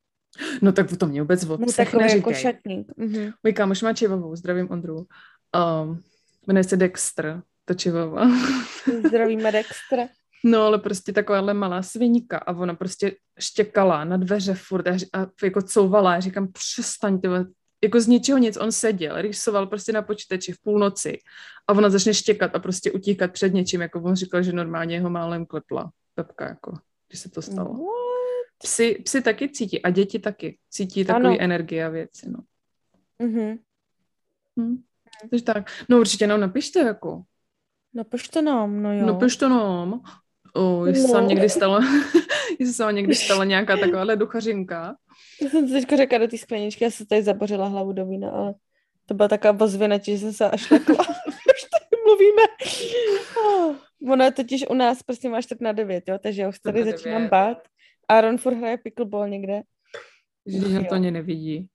No tak to mě vůbec od psech neříkej. Jako šatník. Mm-hmm. Můj kámoš má čivavou, zdravím Ondru. Um, jmenuje se Dexter, to čivava. Zdravíme Dextra. No ale prostě takováhle malá sviníka a ona prostě štěkala na dveře furt a, a jako couvala. Já říkám, přestaň, tyhle. Jako z ničeho nic, on seděl, rýsoval prostě na počítači v půlnoci a ona začne štěkat a prostě utíkat před něčím, jako on říkal, že normálně ho málem klepla Pepka, jako, když se to stalo. Psi, psi taky cítí a děti taky cítí takový energie a věci, no. Mhm. Hm. Takže tak, no určitě nám napište, jako. Napište nám, no jo. Napište nám. O, jestli no. se vám někdy stala, jestli se vám někdy stala nějaká takováhle duchařinka. Já jsem to teďko řekla do té skleničky, já se tady zabořila hlavu do vína, ale to byla taková ozvěna, že jsem se až lekla. Už tady mluvíme. Oh. Ono je totiž u nás prostě má čtvrt na devět, jo, takže já už tady začínám bát. Aaron furt hraje pickleball někde. Že na to ani nevidí.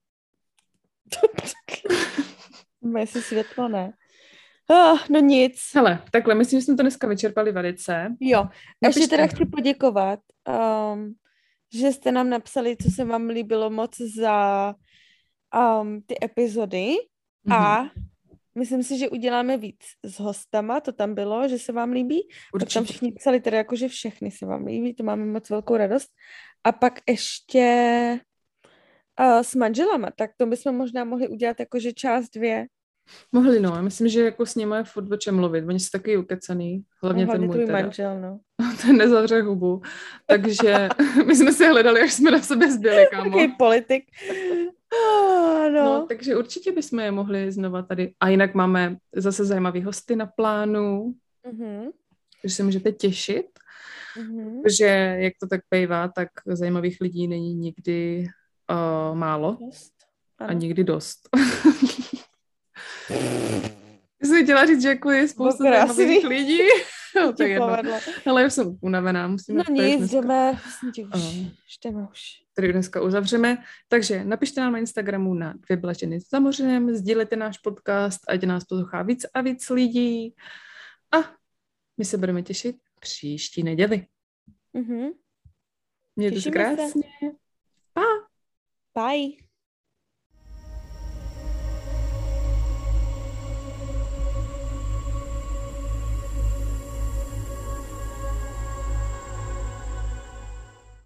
Má si světlo, ne? Oh, no nic. Hele, takhle, myslím, že jsme to dneska vyčerpali velice. Jo, napište. Ještě teda chci poděkovat, um, že jste nám napsali, co se vám líbilo moc za um, ty epizody mm-hmm. a myslím si, že uděláme víc s hostama, to tam bylo, že se vám líbí. Určitě. Tak tam všichni psali teda jako, že všechny se vám líbí, to máme moc velkou radost. A pak ještě uh, s manželama, tak to bychom možná mohli udělat jakože část dvě. Mohli, no. Já myslím, že jako s nimi je furt o čem mluvit. Oni jsou taky ukecaný. Hlavně, No, ten hlavně můj tvůj teda. manžel, no. Ten nezavře hubu. Takže my jsme si hledali, až jsme na sebe zbyli, kámo. Taký politik. Oh, no. No, takže určitě bychom je mohli znova tady. A jinak máme zase zajímavý hosty na plánu, Mm-hmm. takže se můžete těšit. Mm-hmm. Že jak to tak bývá, tak zajímavých lidí není nikdy uh, málo Dost. a Ano. nikdy dost. Jsem chtěla říct, že jako je spousta Bylo krásný. zajímavých lidí. No, tak Ti jedno. povedlo. Ale já jsem unavená, musíme No spát nic, dneska. jdeme, už, Ano. už jdeme už. Tady dneska uzavřeme. Takže napište nám na Instagramu na Dvě blaženy za mořem, sdílejte náš podcast, ať nás poslouchá víc a víc lidí. A my se budeme těšit příští neděli. Mm-hmm. Mějte se Těšíme krásně. se. Pa! Bye.